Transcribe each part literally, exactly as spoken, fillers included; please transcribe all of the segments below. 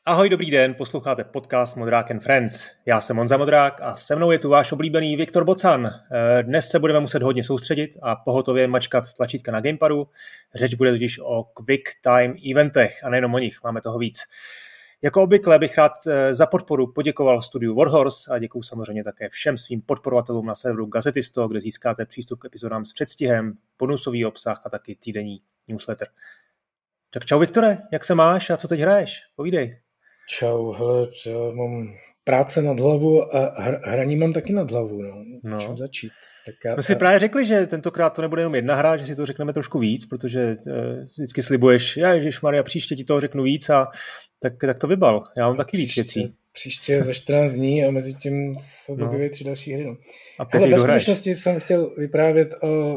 Ahoj, dobrý den, posloucháte podcast Modrák and Friends. Já jsem Honza Modrák a se mnou je tu váš oblíbený Viktor Bocan. Dnes se budeme muset hodně soustředit a pohotově mačkat tlačítka na gamepadu. Řeč bude totiž o Quick Time eventech a nejenom o nich, máme toho víc. Jako obvykle bych rád za podporu poděkoval studiu Warhorse a děkuju samozřejmě také všem svým podporovatelům na serveru Gazetisto, kde získáte přístup k epizodám s předstihem, bonusový obsah a taky týdenní newsletter. Tak čau Viktore, jak se máš a co teď hraješ? Povídej. Čau, hele, já mám práce nad hlavu a hraní mám taky nad hlavu, no. no. Čím začít? Tak já, Jsme já... si právě řekli, že tentokrát to nebude jenom jedna hra, že si to řekneme trošku víc, protože uh, vždycky slibuješ, ježišmarja, příště ti toho řeknu víc a tak, tak to vybal. Já mám a taky příště, víc věcí. Příště za čtrnáct dní a mezi tím se objeví no. tři další hry, no. A hele, ve skutečnosti jsem chtěl vyprávět o...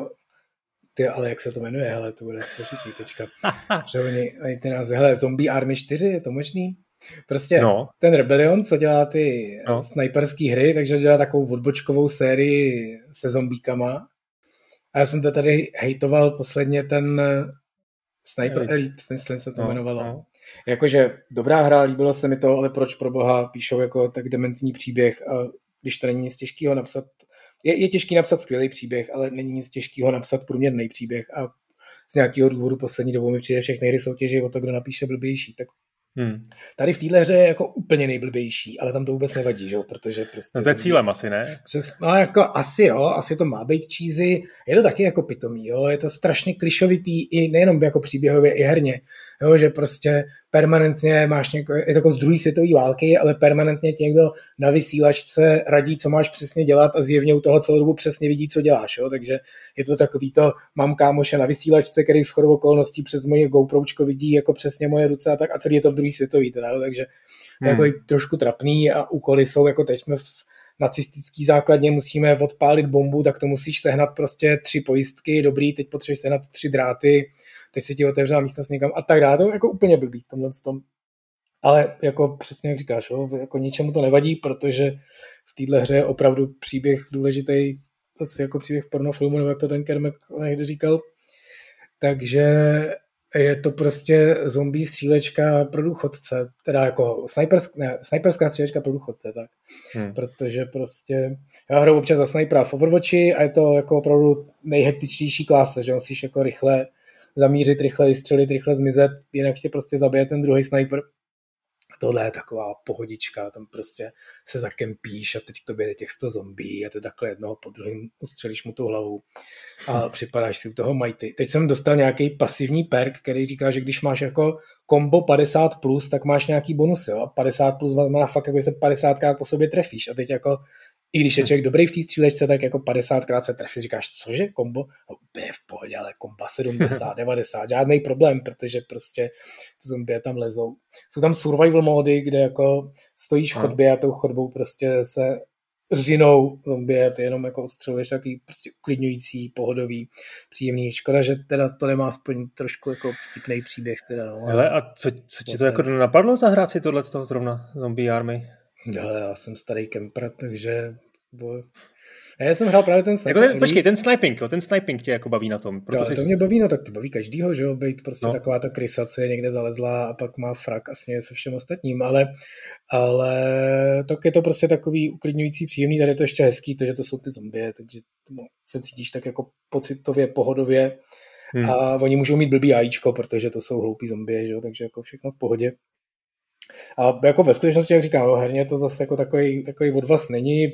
Ty, ale jak se to jmenuje, hele, to bude složitý teďka. Přehodně, ty názvy, hele, Zombie Army čtyři, je to možný? Prostě no. Ten Rebellion, co dělá ty no. sniperský hry, takže dělá takovou odbočkovou sérii se zombíkama. A já jsem to tady hejtoval posledně ten Sniper Elite, Elite myslím se to no, jmenovalo. No. Jakože dobrá hra, líbilo se mi to, ale proč pro boha píšou jako tak dementní příběh, a když to není nic těžkého napsat. Je, je těžký napsat skvělý příběh, ale není nic těžkého napsat průměrný příběh a z nějakého důvodu poslední dobou mi přijde všechny hry soutěže o to, kdo napíše blbější. Tak Hmm. Tady v téhle hře je jako úplně nejblbější, ale tam to vůbec nevadí, že jo, protože prostě... No to je cílem asi, ne? Přes, no jako asi jo, asi to má být cheesy, je to taky jako pitomý, jo, je to strašně klišovitý i nejenom jako příběhově, i herně, jo, že prostě permanentně máš něko, je to jako z druhé světové války, ale permanentně tě někdo na vysílačce radí, co máš přesně dělat a zjevně u toho celou dobu přesně vidí, co děláš, jo, takže je to takový to, mám kámoše na vysílačce, který shodou okolností přes moje GoPročko vidí jako přesně moje ruce a tak a celý je to v druhé světové, teda, jo, takže to je hmm. trošku trapný a úkoly jsou, jako teď jsme v nacistický základně, musíme odpálit bombu, tak to musíš sehnat prostě tři pojistky, dobrý, teď potřebuješ sehnat tři dráty, teď se ti otevřela místnost někam a tak dále, to je jako úplně blbý v tomhle tom. Ale jako přesně jak říkáš, jo, jako ničemu to nevadí, protože v téhle hře je opravdu příběh důležitý, zase jako příběh pornofilmu, nebo jak to ten Kermek někdy říkal. Takže je to prostě zombie střílečka pro důchodce, teda jako snipersk, ne, sniperská střílečka pro důchodce, tak. Hmm. Protože prostě já hraju občas za snipera v Overwatchi a je to jako opravdu nejhektičtější klase, že musíš jako rychle zamířit, rychle vystřelit, rychle zmizet, jinak tě prostě zabije ten druhý sniper. Tohle je taková pohodička, tam prostě se zakempíš a teď k tobě jde těch sto zombí a ty takhle jednoho po druhém ustřelíš mu tu hlavu a připadáš si u toho majty. Teď jsem dostal nějaký pasivní perk, který říká, že když máš jako kombo padesát plus, tak máš nějaký bonus, jo? A padesát plus má fakt, jako se padesátkrát po sobě trefíš a teď jako i když je člověk dobrý v té střílečce, tak jako padesátkrát se trefí. Říkáš, cože, kombo? No, úplně v pohodě, ale komba sedmdesát, devadesát, žádný problém, protože prostě ty zombie tam lezou. Jsou tam survival módy, kde jako stojíš v chodbě a tou chodbou prostě se řinou zombie, ty jenom jako odstřeluješ takový prostě uklidňující, pohodový, příjemný. Škoda, že teda to nemá aspoň trošku jako vtipnej příběh. Teda, no. Hele, a co, co ti to jako napadlo zahrát si tohle toho zrovna Zombie Army? Ale já jsem starý kemper, takže bo... já jsem hrál právě ten sniping. Jako ten, počkej, ten sniping, jo, ten sniping tě jako baví na tom. Proto to, jsi... to mě baví, no tak to baví každýho, že jo, být prostě no. Taková ta krysa, co je někde zalezla a pak má frak a směje se všem ostatním, ale, ale tak je to prostě takový uklidňující, příjemný, tady je to ještě hezký, to, že to jsou ty zombie, takže se cítíš tak jako pocitově, pohodově hmm. a oni můžou mít blbý ajíčko, protože to jsou hloupí zombie, že jo, takže jako všechno v pohodě. A jako ve skutečnosti, jak říkám, herně to zase jako takový, takový odvaz není.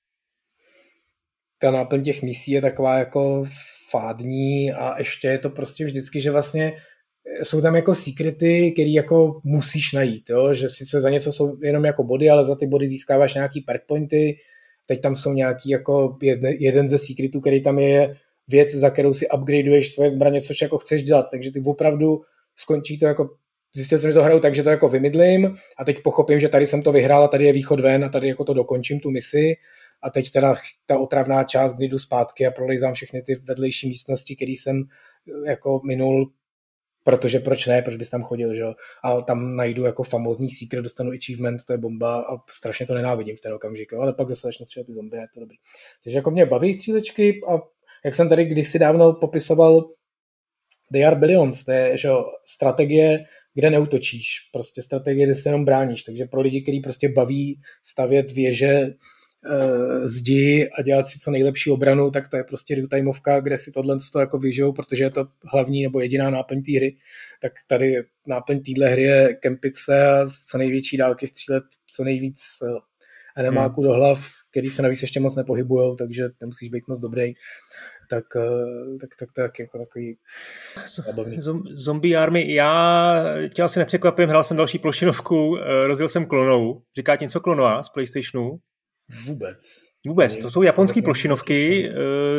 Ta náplň těch misí je taková jako fádní a ještě je to prostě vždycky, že vlastně jsou tam jako secrety, který jako musíš najít, jo? Že sice za něco jsou jenom jako body, ale za ty body získáváš nějaký perk pointy, teď tam jsou nějaký jako jedne, jeden ze secretů, který tam je věc, za kterou si upgradeuješ svoje zbraně, což jako chceš dělat, takže ty opravdu skončí to jako zjistil jsem, že to hraju tak, že to jako vymydlím a teď pochopím, že tady jsem to vyhrál a tady je východ ven a tady jako to dokončím tu misi a teď teda ta otravná část, kdy jdu zpátky a prolejzám všechny ty vedlejší místnosti, které jsem jako minul, protože proč ne, proč bys tam chodil, že jo, a tam najdu jako famózní secret, dostanu achievement, to je bomba a strašně to nenávidím v ten okamžik, jo? Ale pak zase začnu střílet ty zombie, je to dobrý. Takže jako mě baví střílečky a jak jsem tady kdysi dávno popisoval They Are Billions, to je že jo, strategie kde neutočíš. Prostě strategie, kde se jenom bráníš. Takže pro lidi, kteří prostě baví stavět věže, zdi a dělat si co nejlepší obranu, tak to je prostě real-timeovka, kde si tohle jako vyžijou, protože je to hlavní nebo jediná náplň té hry. Tak tady náplň téhle hry je kempit se a z co největší dálky střílet co nejvíc enemáků hmm. do hlav, který se navíc ještě moc nepohybujou, takže nemusíš být moc dobrý. Tak, tak, tak, tak jako takový zabavný. Zombie Army, já tě asi nepřekvapím, hrál jsem další plošinovku, rozjel jsem Klonou. Říká ti něco Klonoa z PlayStationu? Vůbec. Vůbec, to jsou japonské plošinovky,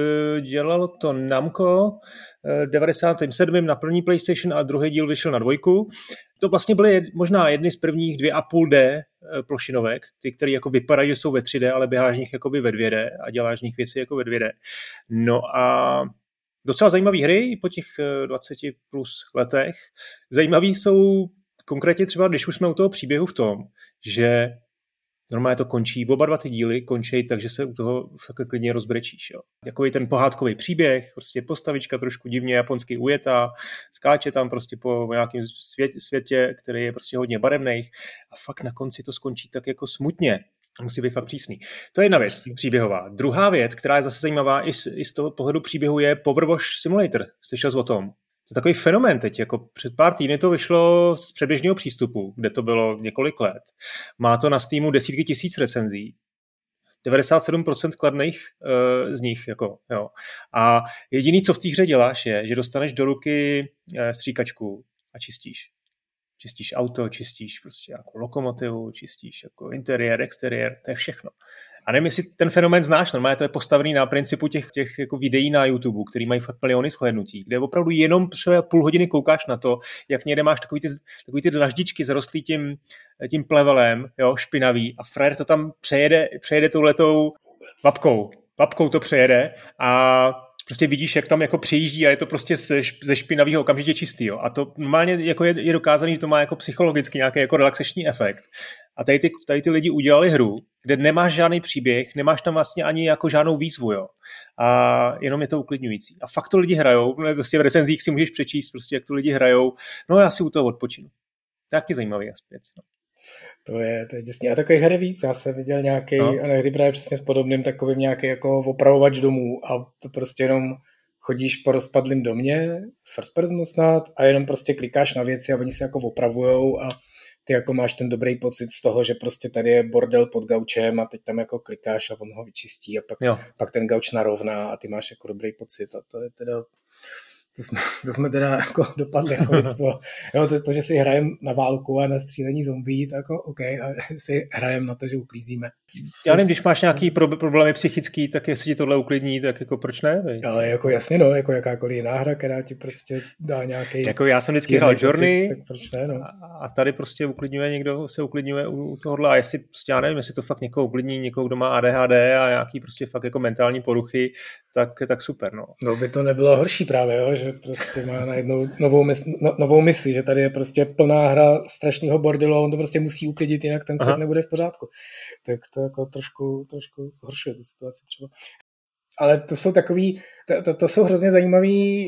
dělalo to Namco devadesát sedm na první PlayStation a druhý díl vyšel na dvojku. To vlastně byly možná jedny z prvních dvě a půl D plošinovek, ty, které jako vypadají, že jsou ve tři D, ale běháš z nich jakoby ve dvě D a děláš z nich věci jako ve dvě D. No a docela zajímavé hry po těch dvaceti plus letech. Zajímavý jsou konkrétně třeba, když už jsme u toho příběhu v tom, že normálně to končí, oba dva ty díly končí, takže se u toho fakt klidně rozbrečíš. Jo. Takový ten pohádkový příběh, prostě postavička trošku divně japonsky ujetá, skáče tam prostě po nějakém světě, světě, který je prostě hodně barevných a fakt na konci to skončí tak jako smutně. Musí být fakt přísný. To je jedna věc příběhová. Druhá věc, která je zase zajímavá i z, i z toho pohledu příběhu, je Powerwash Simulator. Slyšel jsi o tom? To je takový fenomén teď, jako před pár týdny to vyšlo z předběžného přístupu, kde to bylo několik let. Má to na Steamu desítky tisíc recenzí. devadesát sedm procent kladných uh, z nich. Jako, jo. A jediný, co v té hře děláš, je, že dostaneš do ruky uh, stříkačku a čistíš. Čistíš auto, čistíš prostě jako lokomotivu, čistíš jako interiér, exteriér, to je všechno. A nevím, jestli ten fenomén znáš, normálně to je postavený na principu těch, těch jako videí na YouTube, který mají fakt miliony shlédnutí, kde opravdu jenom třeba půl hodiny koukáš na to, jak někde máš takový ty, takový ty dlaždičky zarostlý tím, tím plevelem, jo, špinavý, a frajer to tam přejede, přejede touhletou lapkou. Lapkou to přejede a prostě vidíš, jak tam jako přijíždí a je to prostě ze špinavého okamžitě čistý. Jo. A to normálně jako je, je dokázaný, že to má jako psychologicky nějaký jako relaxační efekt. A tady ty, tady ty lidi udělali hru, kde nemáš žádný příběh, nemáš tam vlastně ani jako žádnou výzvu, jo. A jenom je to uklidňující. A fakt to lidi hrajou, prostě v recenzích si můžeš přečíst, prostě jak to lidi hrajou. No já si u toho odpočinu. To je taky zajímavý aspekt. No. To je, to je děsný. A takových her víc. Já jsem viděl nějaký, no. A hry právě přesně s podobným takovým nějaký jako opravovač domů a to prostě jenom chodíš po rozpadlým domě s first personu snad a jenom prostě klikáš na věci a oni se jako opravujou a ty jako máš ten dobrý pocit z toho, že prostě tady je bordel pod gaučem a teď tam jako klikáš a on ho vyčistí a pak, pak ten gauč narovná a ty máš jako dobrý pocit a to je teda To jsme, to jsme teda jako dopadli jako lidstvo. Jo, to, to, že si hrajeme na válku a na střílení zombí, tak jako OK, a si hrajeme na to, že uklízíme. Já nevím, když máš nějaký pro, problémy psychický, tak jestli ti tohle uklidní, tak jako proč ne? Vej? Ale jako jasně, no, jako jakákoliv jiná hra, která ti prostě dá nějaký. Jako já jsem vždycky hrál Journey, tak proč ne, no. A tady prostě uklidňuje někdo, se uklidňuje u, u tohohle a jestli prostě já nevím, jestli to fakt někoho uklidní, někoho, kdo má A D H D a nějaký prostě fakt jako mentální poruchy, tak, tak super, no. No by to nebylo horší právě, jo, že prostě má najednou novou, mis, no, novou misi, že tady je prostě plná hra strašného bordelu a on to prostě musí uklidit, jinak ten svět Aha. nebude v pořádku. Tak to jako trošku, trošku zhoršuje tu situaci třeba. Ale to jsou takový, to, to, to jsou hrozně zajímavé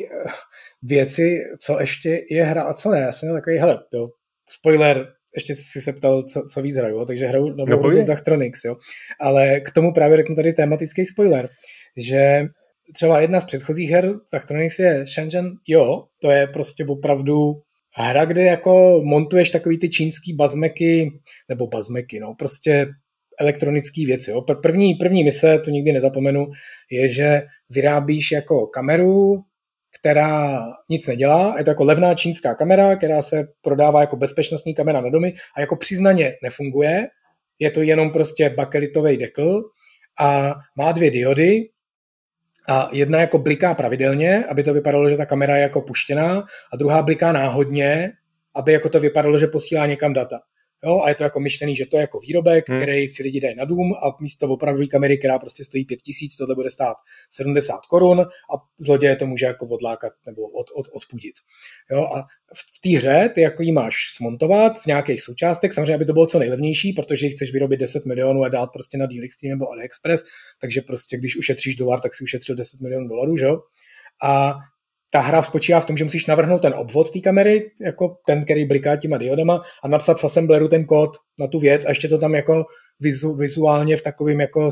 věci, co ještě je hra a co ne. Já jsem měl takový, hele, jo, spoiler, ještě si se ptal, co, co víc hraju, takže hraju novou hru Zachtronics, jo. Ale k tomu právě řeknu tady tematický spoiler, že třeba jedna z předchozích her Zachtronics je Shenzhen, jo, to je prostě opravdu hra, kde jako montuješ takový ty čínský bazmeky, nebo bazmeky, no, prostě elektronické věci. Jo. První, první mise, to nikdy nezapomenu, je, že vyrábíš jako kameru, která nic nedělá, je to jako levná čínská kamera, která se prodává jako bezpečnostní kamera na domy a jako přiznaně nefunguje, je to jenom prostě bakelitový dekl a má dvě diody a jedna jako bliká pravidelně, aby to vypadalo, že ta kamera je jako puštěná a druhá bliká náhodně, aby jako to vypadalo, že posílá někam data. Jo, a je to jako myšlený, že to je jako výrobek, hmm. který si lidi dají na dům a místo opravdové kamery, která prostě stojí pět tisíc, tohle bude stát sedmdesát korun a zloděje to může jako odlákat nebo od, od, odpudit. Jo, a v té hře ty jako jí máš smontovat z nějakých součástek, samozřejmě, aby to bylo co nejlevnější, protože chceš vyrobit deset milionů a dát prostě na DealXtreme nebo AliExpress, takže prostě když ušetříš dolar, tak si ušetřil deset milionů dolarů, že jo? A ta hra spočívá v tom, že musíš navrhnout ten obvod té kamery, jako ten, který bliká těma diodama a napsat v assembleru ten kód na tu věc a ještě to tam jako vizu, vizuálně v takovém jako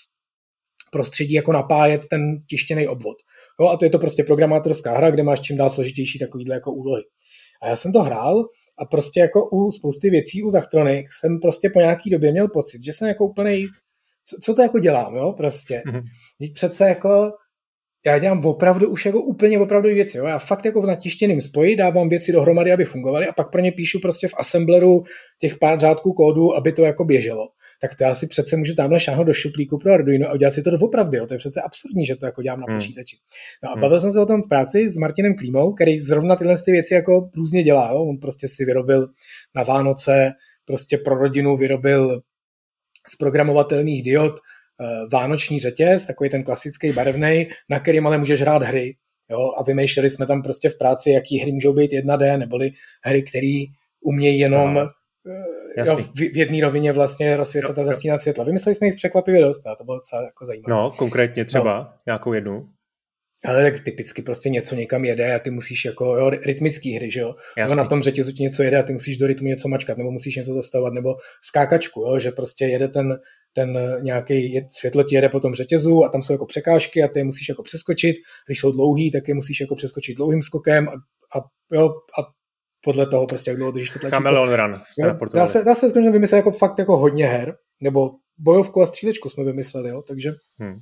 prostředí jako napájet ten tištěný obvod. Jo, a to je to prostě programátorská hra, kde máš čím dál složitější takovýhle jako úlohy. A já jsem to hrál a prostě jako u spousty věcí u Zachtronics jsem prostě po nějaký době měl pocit, že jsem jako úplnej, co, co to jako dělám, jo, prostě. Mm-hmm. Přece jako já dělám opravdu už jako úplně opravdové věci. Jo? Já fakt jako v natištěném spoji dávám věci dohromady, aby fungovaly a pak pro ně píšu prostě v assembleru těch pár řádků kódu, aby to jako běželo. Tak to já si přece můžu tamhle šáhnout do šuplíku pro Arduino a udělat si to doopravdy. Jo? To je přece absurdní, že to jako dělám na počítači. No a bavil hmm. jsem se o tom v práci s Martinem Klímou, který zrovna tyhle ty věci jako různě dělá. Jo? On prostě si vyrobil na Vánoce, prostě pro rodinu vyrobil z programovatelných diod vánoční řetěz, takový ten klasický barevnej, na kterým ale můžeš hrát hry. Jo? A vymýšleli jsme tam prostě v práci, jaký hry můžou být jedna dé, neboli hry, které umějí jenom jo, v, v jedné rovině vlastně rozsvěcet a zastínat světla. Vymysleli jsme jich překvapivě dost a to bylo docela jako zajímavé. No, konkrétně třeba no. nějakou jednu. Ale tak typicky prostě něco někam jede a ty musíš jako, jo, rytmický hry, že jo. Nebo na tom řetězu ti něco jede a ty musíš do rytmu něco mačkat, nebo musíš něco zastavovat, nebo skákačku, jo, že prostě jede ten, ten nějaký světlo ti jede po tom řetězu a tam jsou jako překážky a ty musíš jako přeskočit. Když jsou dlouhý, tak je musíš jako přeskočit dlouhým skokem a, a jo, a podle toho prostě jak dlouho držíš to tlačítko. Chameleon Run. Dá se, dá se skutečně vymyslet jako fakt jako hodně her, nebo bojovku a střílečku jsme vymysleli, jo, takže hmm.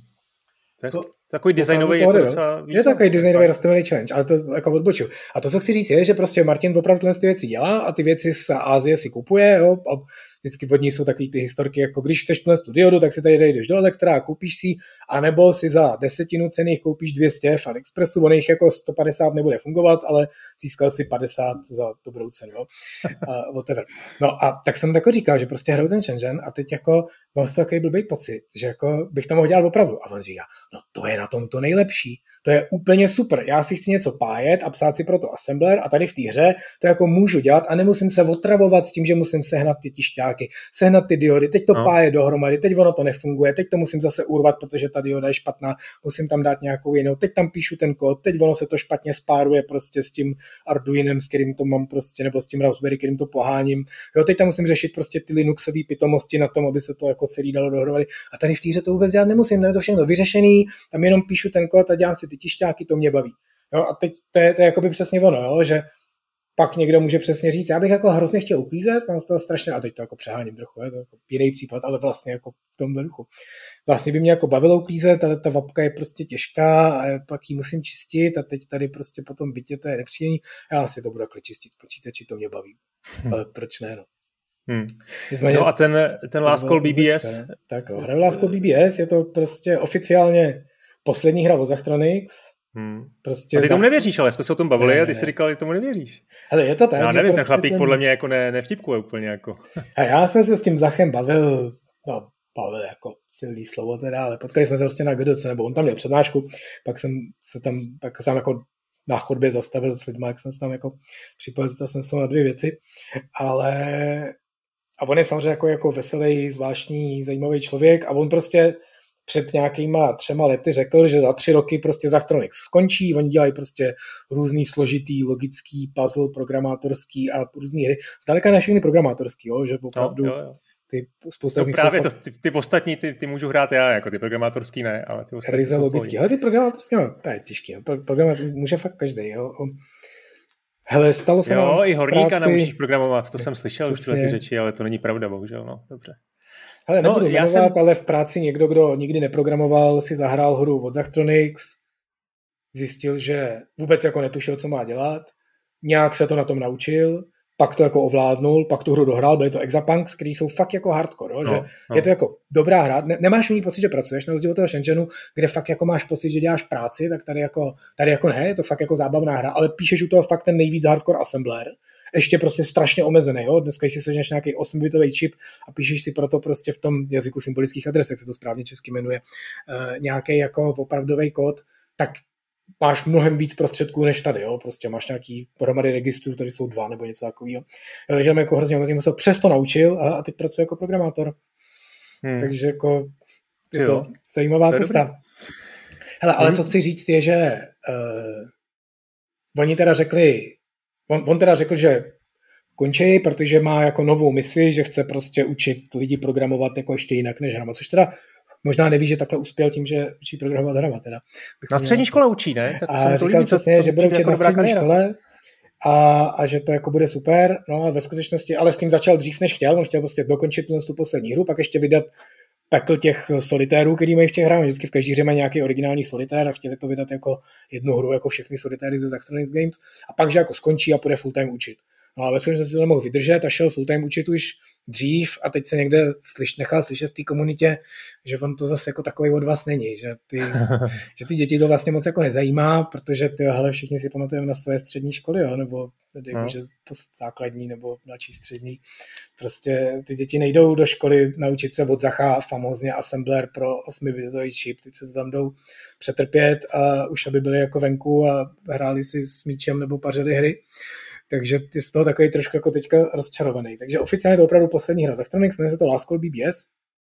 To, takový designový jako docela, je takový designový rostlinný challenge, ale to jako odbočil. A to, co chci říct, je, že prostě Martin opravdu ty věci dělá a ty věci z Ázie si kupuje, jo, a vždycky od ní jsou takový ty historky, jako když chceš tuhle tu diodu, tak si tady jdeš do elektra a koupíš si, anebo si za desetinu ceny koupíš dvě stě v AliExpressu, on jich jako sto padesát nebude fungovat, ale získal si padesát za dobrou cenu, jo. A whatever. No a tak jsem tako říkal, že prostě hraju ten Shenzhen a teď jako mám z toho takový blbý pocit, že jako bych to mohl dělat opravdu. A on říká, no to je na tom to nejlepší. To je úplně super. Já si chci něco pájet a psát si pro to assembler a tady v té hře to jako můžu dělat a nemusím se otravovat s tím, že musím sehnat ty tišťáky, sehnat ty diody, teď to no. páje dohromady, teď ono to nefunguje, teď to musím zase urvat, protože ta dioda je špatná, musím tam dát nějakou jinou, teď tam píšu ten kód, teď ono se to špatně spáruje prostě s tím Arduinem, s kterým to mám prostě, nebo s tím Raspberry, kterým to poháním. Jo, teď tam musím řešit prostě ty Linuxové pitomosti na tom, aby se to jako celý dalo dohromady. A tady v té hře to vůbec dělat nemusím, ne to všechno vyřešený, tam jenom píšu ten kód a dělám si ty tišťáky, to mě baví. Jo, a teď to je, to je jakoby přesně ono, jo, že pak někdo může přesně říct, já bych jako hrozně chtěl uklízet, mám z toho strašně, a teď to jako přeháním trochu, je to jako jiný případ, ale vlastně jako v tomhle duchu. Vlastně by mě jako bavilo uklízet, ale ta vapka je prostě těžká a pak ji musím čistit a teď tady prostě potom bytě to je nepříjemný. Já si to budu takhle čistit v počítači, to mě baví. Hmm. Ale proč ne, no. Hmm. No a ten, ten Last Call B B S? Ne? Tak jo, hraju Last Call B B S, je to prostě oficiálně poslední hra od Zachtronics. Hmm. Prostě a ty tomu nevěříš, ale jsme se o tom bavili ne, a ty si říkal, že tomu nevěříš. Ale je to tak. Já nevím, prostě ten chlapík ten... podle mě jako ne, nevtipkuje úplně jako. A já jsem se s tím Zachem bavil, no bavil jako silný slovo teda, ale potkali jsme se prostě na G D C, nebo on tam měl přednášku, pak jsem se tam, pak jsem jako na chodbě zastavil s lidma, jak jsem se tam jako připojil, zeptal jsem se na dvě věci, ale a on je samozřejmě jako, jako veselý, zvláštní, zajímavý člověk a on prostě před nějakýma třema lety řekl, že za tři roky prostě Zachtronics skončí, oni dělají prostě různý složitý, logický, puzzle, programátorský a různý hry. Zdaleka ne všechny programátorský, jo, že opravdu no, jo, jo. ty spousta no, z nich právě to, ty, ty ostatní, ty, ty můžu hrát já, jako ty programátorský ne, ale ty ostatní ryze logický, ale ty programátorský, no, to je těžký, jo. Programátor může fakt každý, jo. Hele, stalo se jo, i horníka práci... naučíš programovat, to jsem slyšel už tyhle ty řeči, ale to není pravda, bohužel, no, dobře. Ale nebudu no, jmenovat, jsem... ale v práci někdo, kdo nikdy neprogramoval, si zahrál hru od Zachtronics, zjistil, že vůbec jako netušil, co má dělat, nějak se to na tom naučil, pak to jako ovládnul, pak tu hru dohrál, byly to Exapunks, který jsou fakt jako hardcore, no, že no. Je to jako dobrá hra, ne, nemáš mít pocit, že pracuješ, na rozdíl od toho Shenzhenu, kde fakt jako máš pocit, že děláš práci, tak tady jako, tady jako ne, je to fakt jako zábavná hra, ale píšeš u toho fakt ten nejvíc hardcore assembler, ještě prostě strašně omezený, jo? Dneska, když si sežneš nějaký osmibitový čip a píšeš si proto prostě v tom jazyku symbolických adres, jak se to správně česky jmenuje, uh, nějaký jako opravdový kód, tak máš mnohem víc prostředků než tady, jo? Prostě máš nějaký pohromady registrů, tady jsou dva nebo něco takového. Takže mám jako hrozně omezený, se přesto naučil a, a teď pracuje jako programátor. Hmm. Takže jako je to zajímavá to cesta. Hele, ale hmm. co chci říct je, že uh, oni teda řekli, on, on teda řekl, že končí, protože má jako novou misi, že chce prostě učit lidi programovat jako ještě jinak než hrama, což teda možná neví, že takhle uspěl tím, že učí programovat hrama. Teda. Na střední škole učí, ne? Tak a říkal líbí, přesně, to, že bude učit jako na střední kariéra. škole a, a že to jako bude super, no a ve skutečnosti, ale s tím začal dřív, než chtěl, on chtěl prostě dokončit tu poslední hru, pak ještě vydat takhle těch solitérů, který mají v těch hrách, vždycky v každý hře mají nějaký originální solitér a chtěli to vydat jako jednu hru, jako všechny solitéry ze Zachtronics Games a pak, že jako skončí a půjde full time učit. No a ve skutečnosti to nemohl vydržet a šel full time učit už dřív a teď se někde slyš, nechal slyšet v té komunitě, že on to zase jako takový od vás není, že ty, že ty děti to vlastně moc jako nezajímá, protože ty hele, všichni si pamatujeme na své střední školy, jo, nebo tedy no. že základní nebo mladší střední. Prostě ty děti nejdou do školy naučit se od Zacha famózně assembler pro osmibitový čip, teď se tam jdou přetrpět a už aby byli jako venku a hráli si s míčem nebo pařili hry. Takže ty z toho takový trošku jako teďka rozčarovaný. Takže oficiálně to opravdu poslední hra Zachtronics, jmenuje se to Last Call B B S,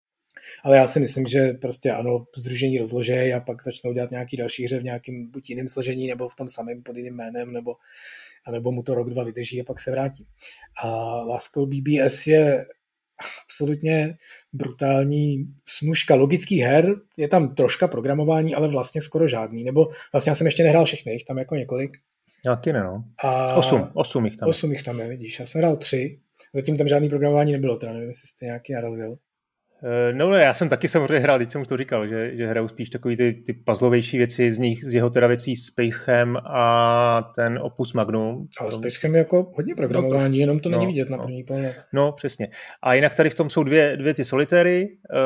ale já si myslím, že prostě ano, sdružení rozložej a pak začnou dělat nějaký další hře v nějakým buď jiném složení, nebo v tom samém pod jiným jménem, nebo, nebo mu to rok, dva vydrží a pak se vrátí. A Last Call B B S je absolutně brutální snužka logických her, je tam troška programování, ale vlastně skoro žádný, nebo vlastně já jsem ještě nehrál všechny, jich tam jako několik. Nějaký ne, no. A osm, osm jich tam. Osm jich tam je, vidíš. Já jsem hrál tři. Zatím tam žádný programování nebylo, teda nevím, jestli jste nějaký narazil. No, ne, já jsem taky samozřejmě hrál, teď jsem už to říkal, že, že hraju spíš takový ty, ty puzzlovější věci, z nich, z jeho teda věcí Spacechem a ten Opus Magnum. Ale Spacechem je jako hodně programování, no, jenom to není no, vidět na no. první pohled. No, přesně. A jinak tady v tom jsou dvě, dvě ty solitéry uh,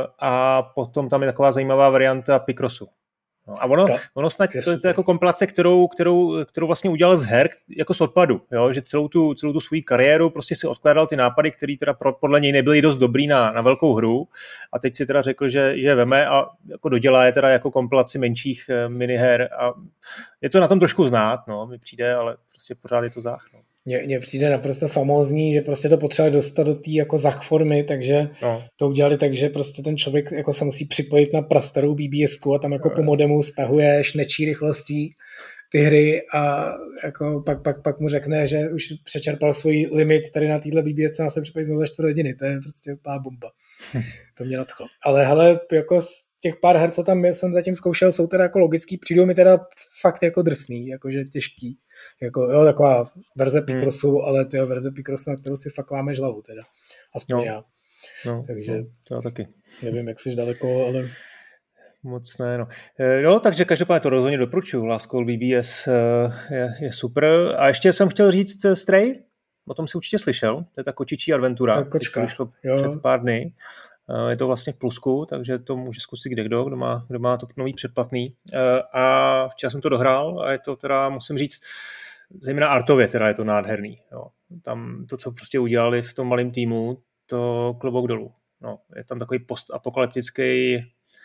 a potom tam je taková zajímavá varianta Picrossu. No, a ono, ono snad to je to jako kompilace, kterou, kterou, kterou vlastně udělal z her, jako z odpadu, jo? Že celou tu, celou tu svou kariéru prostě si odkládal ty nápady, které teda pro, podle něj nebyly dost dobrý na, na velkou hru a teď si teda řekl, že, že veme a jako dodělá je teda jako kompilaci menších miniher a je to na tom trošku znát, no, mi přijde, ale prostě pořád je to zách, no. Mně přijde naprosto famózní, že prostě to potřebuje dostat do té jako zach formy, takže no. to udělali tak, že prostě ten člověk jako se musí připojit na prastarou BBSku a tam jako no. po modemu stahuješ nečí rychlostí ty hry a jako pak, pak, pak mu řekne, že už přečerpal svůj limit tady na téhle BBSce a se připojit znovu za čtvrt hodiny, to je prostě pá bomba. To mě nadchlo. Ale hele, jako těch pár her, co tam jsem zatím zkoušel, jsou teda jako logický, přijdou mi teda fakt jako drsný, jakože těžký. Jako, jo, taková verze Picrossu, hmm. ale ty verze Picrossu, na kterou si fakt lámeš hlavu teda. Aspoň no. já. No, takže no, to já taky. Nevím, jak jsi daleko, ale... Moc ne, no. No, takže každopádně to rozhodně doporučuju. Last Call B B S je, je super. A ještě jsem chtěl říct Stray, o tom si určitě slyšel. To je ta kočičí adventura. Ta kočka. To vyšlo před pár dny. Je to vlastně v plusku, takže to může zkusit kdekdo, kdo má, kdo má to nový předplatný. A včera jsem to dohrál a je to teda, musím říct, zejména artově teda je to nádherný. Jo. Tam to, co prostě udělali v tom malém týmu, to klobouk dolů. No, je tam takový postapokalyptický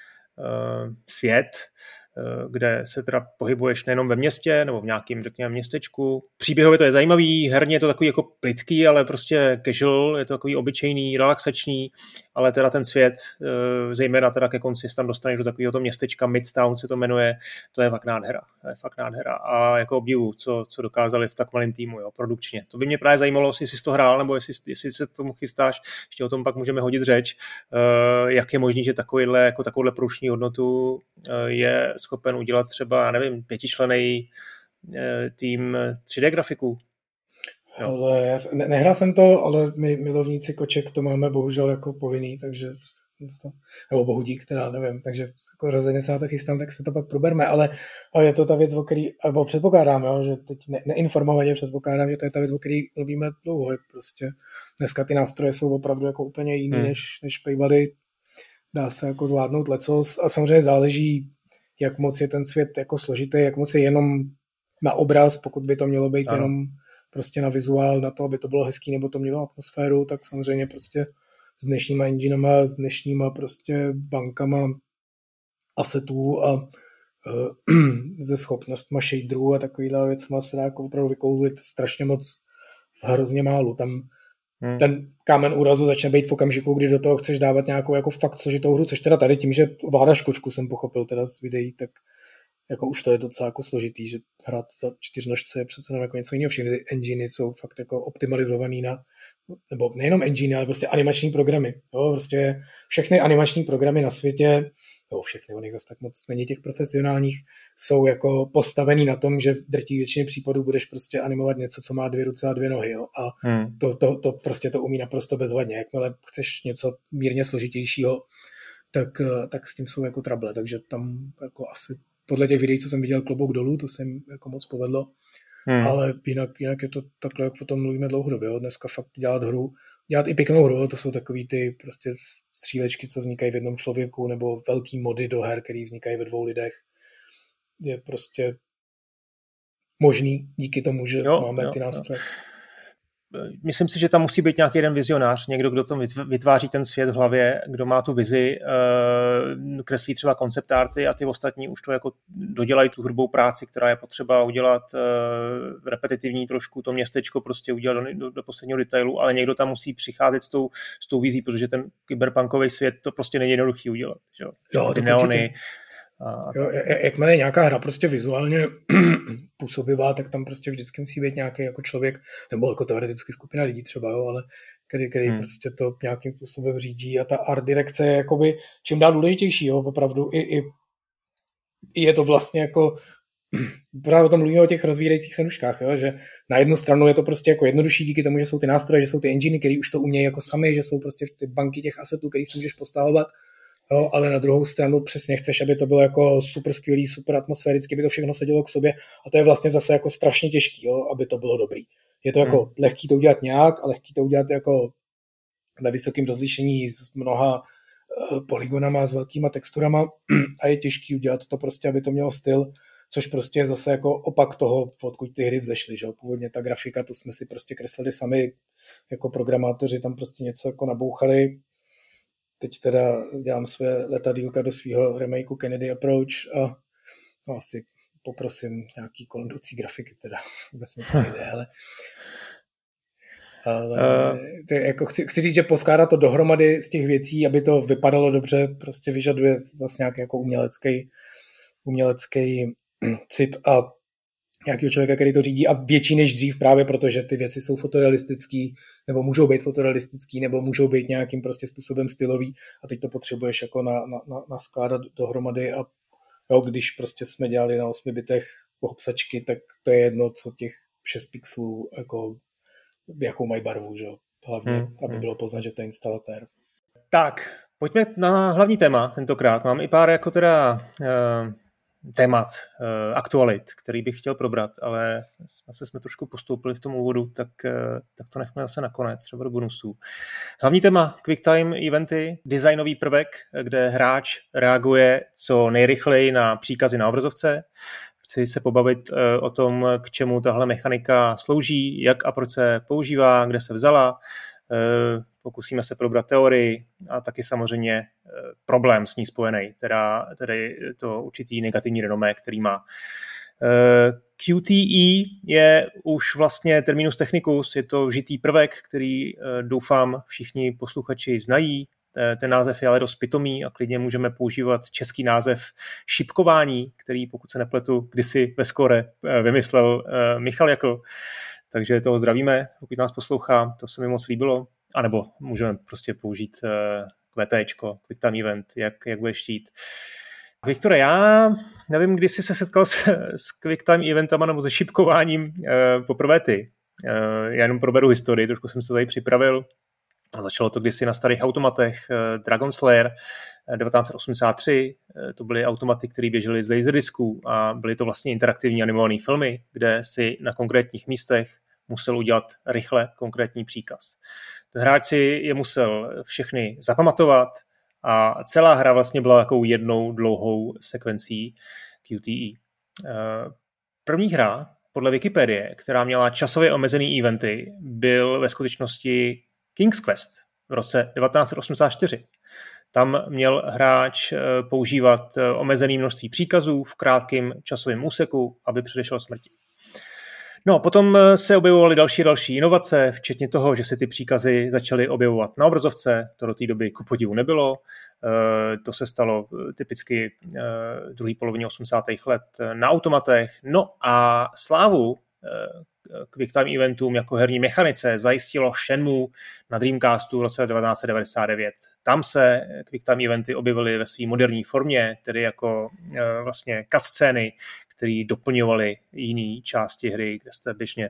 uh, svět, uh, kde se teda pohybuješ nejenom ve městě nebo v nějakém, řekněme, městečku. Příběhově to je zajímavý, herně je to takový jako plytký, ale prostě casual, je to takový obyčejný, relaxační, ale teda ten svět, uh, zejména teda ke konci se tam dostaneš do takového městečka, Midtown se to jmenuje, to je fakt nádhera. To je fakt nádhera. A jako obdivu, co, co dokázali v tak malém týmu, jo, produkčně. To by mě právě zajímalo, jestli jsi to hrál, nebo jestli, jestli se tomu chystáš, ještě o tom pak můžeme hodit řeč, uh, jak je možný, že takovýhle, jako takovouhle produkční hodnotu uh, je schopen udělat třeba, já nevím, pětičlenný uh, tým tři dé grafiků. No. Ale já, ne, nehrál jsem to, ale my milovníci koček to máme bohužel jako povinný, takže to, nebo bohudík, teda nevím, takže jako rozhodně se na to chystám, tak se to pak proberme, ale, ale je to ta věc, o který, nebo předpokládám, jo, že teď ne, neinformovaně předpokládám, že to je ta věc, o který mluvíme dlouho, prostě dneska ty nástroje jsou opravdu jako úplně jiný, hmm. než, než pejvady, dá se jako zvládnout lecos a samozřejmě záleží, jak moc je ten svět jako složitý, jak moc je jenom na obraz, pokud by to mělo být ano. jenom prostě na vizuál, na to, aby to bylo hezký, nebo to mělo atmosféru, tak samozřejmě prostě s dnešníma enginama, s dnešníma prostě bankama asetů a uh, ze schopnostma shaderů a takovýhle věcma se dá jako opravdu vykouzlit strašně moc hrozně málo. Tam hmm. ten kámen úrazu začne být v okamžiku, kdy do toho chceš dávat nějakou jako fakt složitou hru, což teda tady tím, že ovládáš kočku, jsem pochopil teda z videí, tak jako už to je docela jako složitý, že hrát za čtyřnožce je přece jako něco jiného. Všechny ty enginy jsou fakt jako optimalizovaný na, nebo nejenom engine, ale prostě animační programy. Jo, prostě všechny animační programy na světě, jo, všechny, o nich zase tak moc není těch profesionálních, jsou jako postavený na tom, že v drtí většině případů budeš prostě animovat něco, co má dvě ruce a dvě nohy. Jo, a hmm. to, to, to prostě to umí naprosto bezvadně. Jakmile chceš něco mírně složitějšího, tak, tak s tím jsou jako trable. Takže tam jako asi podle těch videí, co jsem viděl, klobouk dolů, to se jim jako moc povedlo. Hmm. Ale jinak, jinak je to takhle, jak o tom mluvíme dlouhodobě. Jo. Dneska fakt dělat hru, dělat i pěknou hru, to jsou takový ty prostě střílečky, co vznikají v jednom člověku, nebo velký mody do her, který vznikají ve dvou lidech. Je prostě možný díky tomu, že jo, máme jo, ty nástroje. Jo. Myslím si, že tam musí být nějaký jeden vizionář, někdo, kdo tam vytváří ten svět v hlavě, kdo má tu vizi, kreslí třeba koncept arty a ty ostatní už to jako dodělají tu hrubou práci, která je potřeba udělat repetitivní trošku, to městečko prostě udělat do, do, do posledního detailu, ale někdo tam musí přicházet s tou, s tou vizí, protože ten kyberpunkový svět to prostě není jednoduchý udělat. Že? Jo, ty neony. A jo, jakmile je nějaká hra prostě vizuálně působivá, tak tam prostě vždycky musí být nějaký jako člověk, nebo jako teoreticky skupina lidí třeba, jo, ale který, který hmm. prostě to nějakým způsobem řídí a ta art direkce je jakoby čím dál důležitější, jo, opravdu i, i, i je to vlastně jako právě o tom mluvíme o těch rozvírajících se nůžkách, jo, že na jednu stranu je to prostě jako jednodušší díky tomu, že jsou ty nástroje, že jsou ty enginy, který už to umějí jako sami, že jsou prostě ty banky těch asetů, který si můžeš postavovat. Jo, ale na druhou stranu přesně chceš, aby to bylo jako super skvělý, super atmosféricky, aby to všechno sedělo k sobě a to je vlastně zase jako strašně těžký, jo, aby to bylo dobrý. Je to jako hmm. lehký to udělat nějak a lehký to udělat jako ve vysokém rozlišení s mnoha uh, polygonama, s velkýma texturama a je těžký udělat to prostě, aby to mělo styl, což prostě je zase jako opak toho, odkud ty hry vzešly, že jo. Původně ta grafika, to jsme si prostě kreslili sami jako programátoři, tam prostě něco jako nabouchali. Teď teda dělám své letadýlka do svého remakeu Kennedy Approach a no, asi poprosím nějaký kolondoucí grafiky, teda vůbec mi to nejde, ale, ale uh. to je, jako chci, chci říct, že poskládat to dohromady z těch věcí, aby to vypadalo dobře, prostě vyžaduje zase nějaký jako umělecký, umělecký cit a nějakého člověka, který to řídí a větší než dřív právě protože ty věci jsou fotorealistický, nebo můžou být fotorealistický, nebo můžou být nějakým prostě způsobem stylový a teď to potřebuješ jako na, na, na, naskládat dohromady a jo, když prostě jsme dělali na osmi bitech hopsačky, tak to je jedno, co těch šest pixelů, jako jakou mají barvu, že jo, hlavně, hmm, aby bylo poznat, že to je instalatér. Tak, pojďme na hlavní téma tentokrát. Mám i pár jako teda... Uh... témat, aktualit, který bych chtěl probrat, ale zase jsme trošku postoupili v tom úvodu, tak, tak to nechme zase nakonec, třeba do bonusů. Hlavní téma QuickTime eventy, designový prvek, kde hráč reaguje co nejrychleji na příkazy na obrazovce. Chci se pobavit o tom, k čemu tahle mechanika slouží, jak a proč se používá, kde se vzala. Pokusíme se probrat teorii a taky samozřejmě problém s ní spojený, teda, tedy to určitý negativní renomé, který má. Q T E je už vlastně terminus technicus, je to vžitý prvek, který doufám všichni posluchači znají. Ten název je ale dost pitomý a klidně můžeme používat český název šipkování, který, pokud se nepletu, kdysi ve Skore vymyslel Michal Jakl. Takže toho zdravíme, pokud nás poslouchá, to se mi moc líbilo. A nebo můžeme prostě použít QTčko, QuickTime Event, jak, jak bude štít. Viktore, já nevím, kdy jsi se setkal s, s QuickTime Eventama nebo se šipkováním eh, poprvé ty. Eh, já jenom proberu historii, trošku jsem se tady připravil. Začalo to kdysi na starých automatech eh, Dragon Slayer devatenáct osmdesát tři. Eh, to byly automaty, které běžely z laserdisků a byly to vlastně interaktivní animované filmy, kde si na konkrétních místech musel udělat rychle konkrétní příkaz. Ten hráč si je musel všechny zapamatovat a celá hra vlastně byla takovou jednou dlouhou sekvencí Q T E. První hra, podle Wikipedie, která měla časově omezený eventy, byl ve skutečnosti King's Quest v roce devatenáct osmdesát čtyři. Tam měl hráč používat omezené množství příkazů v krátkém časovém úseku, aby předešel smrti. No, potom se objevovaly další další inovace, včetně toho, že se ty příkazy začaly objevovat na obrazovce, to do té doby ku podivu nebylo. To se stalo typicky druhé polovině osmdesátých let na automatech. No a slávu QuickTime eventům jako herní mechanice zajistilo Shenmue na Dreamcastu v roce devatenáct set devadesát devět. Tam se QuickTime eventy objevily ve své moderní formě, tedy jako vlastně cutscény, které doplňovaly jiné části hry, kde jste běžně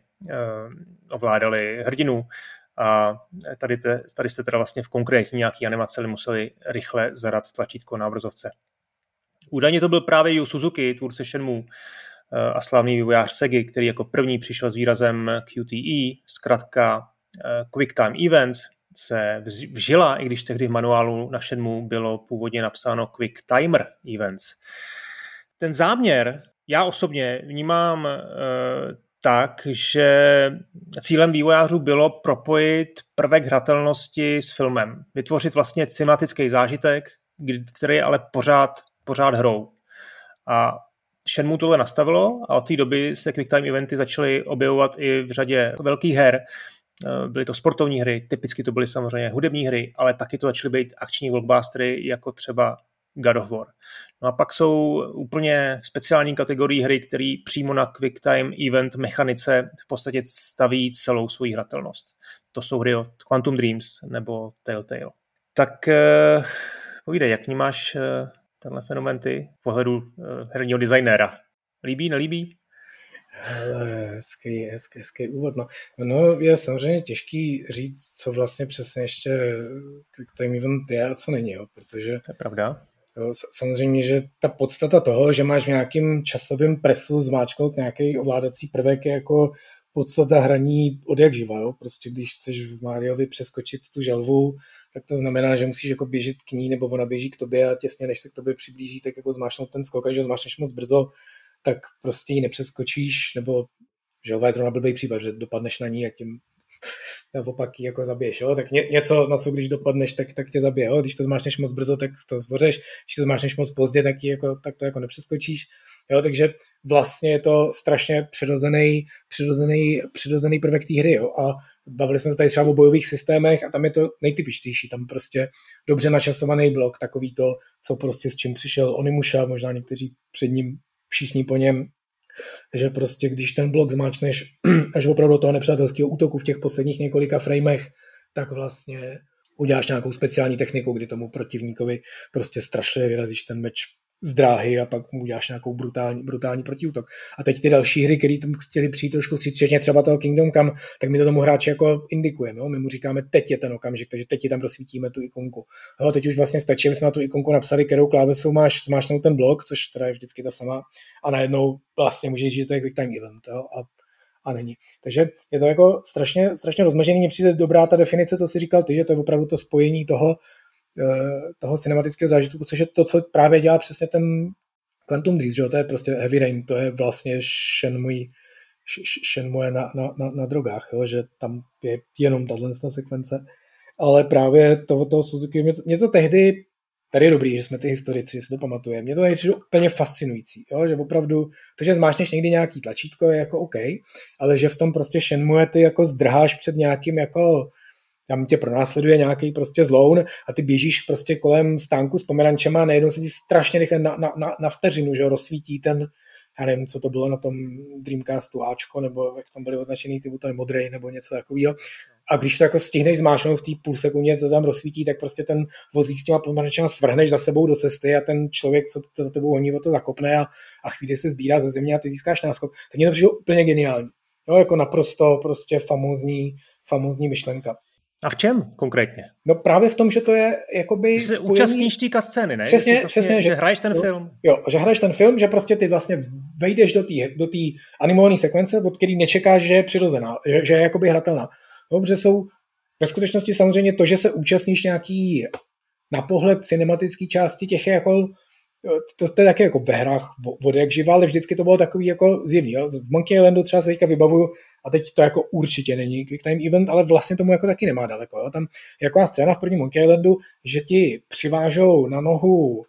ovládali hrdinu. A tady, te, tady jste teda vlastně v konkrétní nějaký animaci museli rychle zadat tlačítko na obrazovce. Údajně to byl právě Yu Suzuki, tvůrce Shenmue, a slavný vývojář Sega, který jako první přišel s výrazem Q T E, zkrátka Quick Time Events, se vžila, i když tehdy v manuálu na Shenmue bylo původně napsáno Quick Timer Events. Ten záměr já osobně vnímám e, tak, že cílem vývojářů bylo propojit prvek hratelnosti s filmem. Vytvořit vlastně cinematický zážitek, který je ale pořád, pořád hrou. A Shenmue tohle nastavilo a od té doby se QuickTime eventy začaly objevovat i v řadě velkých her. Byly to sportovní hry, typicky to byly samozřejmě hudební hry, ale taky to začaly být akční blockbustery, jako třeba God of War. No a pak jsou úplně speciální kategorie hry, které přímo na QuickTime event mechanice v podstatě staví celou svou hratelnost. To jsou hry od Quantum Dreams nebo Telltale. Tak eh, povídej, jak vnímáš eh, tenhle fenomén ty v pohledu uh, herního designéra? Líbí, nelíbí? Hele, hezký, hezký, hezký úvod. No. no je samozřejmě těžký říct, co vlastně přesně ještě QuickTime Event je a co není, jo, protože... To je pravda. Jo, samozřejmě, že ta podstata toho, že máš v nějakým časovém presu zmáčknout nějaký ovládací prvek je jako podstata hraní od jak živa. Jo? Prostě když chceš v Mariovi přeskočit tu želvu, tak to znamená, že musíš jako běžet k ní, nebo ona běží k tobě a těsně než se k tobě přiblíží, tak jako zmáčknout ten skok, a když ho zmáčkneš moc brzo, tak prostě ji nepřeskočíš, nebo želva je zrovna blbý případ, že dopadneš na ní a tím naopak ji jako zabiješ, jo? Tak ně, něco, na co když dopadneš, tak, tak tě zabije, jo? Když to zmáčkneš moc brzo, tak to zvořeš, když to zmáčkneš moc pozdě, tak, jako, tak to jako nepřeskočíš, jo? Takže vlastně je to strašně přirozený, přirozený, přirozený prvek té hry, jo? A bavili jsme se tady třeba o bojových systémech a tam je to nejtypičtější, tam prostě dobře načasovaný blok, takový to, co prostě s čím přišel Onimusha, možná někteří před ním, všichni po něm, že prostě když ten blok zmáčkneš až opravdu toho nepřátelského útoku v těch posledních několika framech, tak vlastně uděláš nějakou speciální techniku, kdy tomu protivníkovi prostě strašně vyrazíš ten meč z dráhy a pak mu uděláš nějakou brutální, brutální protiútok. A teď ty další hry, které tam chtěli přijít trošku vstříc, včetně třeba toho Kingdom Come, tak my to tomu hráči jako indikujeme. Jo? My mu říkáme, teď je ten okamžik, takže teď ti tam rozsvítíme tu ikonku. Jo, teď už vlastně stačí, my jsme na tu ikonku napsali, kterou klávesou máš zmáčknout ten blok, což teda je vždycky ta sama, a najednou vlastně můžeš říct, že to je QuickTime Event. Jo? A a není. Takže je to jako strašně, strašně rozmnožený. Mně přijde dobrá ta definice, co jsi říkal ty, že to je opravdu to spojení toho, toho cinematického zážitku, což je to, co právě dělá přesně ten Quantum Dreams, že? To je prostě Heavy Rain, to je vlastně Shenmue, Shenmue na, na, na, na drogách, jo? Že tam je jenom tato sekvence, ale právě toho, toho Suzuki, mě to, mě to tehdy, tady je dobrý, že jsme ty historici, že si to pamatujeme, mě to je úplně fascinující, jo? Že opravdu, to, že zmáčneš někdy nějaký tlačítko, je jako OK, ale že v tom prostě Shenmue ty jako zdrháš před nějakým jako tam tě pronásleduje nějaký prostě zloun a ty běžíš prostě kolem stánku s pomerančema a najednou se ti strašně rychle na, na, na, na vteřinu, že rozsvítí ten, já nevím, co to bylo na tom Dreamcastu Ačko, nebo jak tam byly označený ty butony modrej, nebo něco takového. A když to jako stihneš zmáčknout v té půl sekundě, co tam rozsvítí, tak prostě ten vozík s těma pomerančema svrhneš za sebou do cesty a ten člověk, co to za tebou honí, o to zakopne a, a chvíli se sbírá ze země a ty získáš náskok. Tak mě to přišlo úplně geniální. Jo, jako naprosto prostě famózní, famózní myšlenka. A v čem konkrétně? No právě v tom, že to je jakoby že se spojený... účastníš té scény, ne? Přesně, vlastně, přesně. Že, že že hraješ ten jo, film. Jo, že hraješ ten film, že prostě ty vlastně vejdeš do té do animované sekvence, od který nečekáš, že je přirozená, že, že je jakoby hratelná. Dobře, jsou ve skutečnosti samozřejmě to, že se účastníš nějaký na pohled cinematický části těch je jako to, to je taky jako ve hrách od jak živa, ale vždycky to bylo takový jako zjevný. Jo? V Monkey Islandu třeba se teďka vybavuju, a teď to jako určitě není QuickTime Event, ale vlastně tomu jako taky nemá daleko. Jo? Tam je jako scéna v prvním Monkey Islandu, že ti přivážou na nohu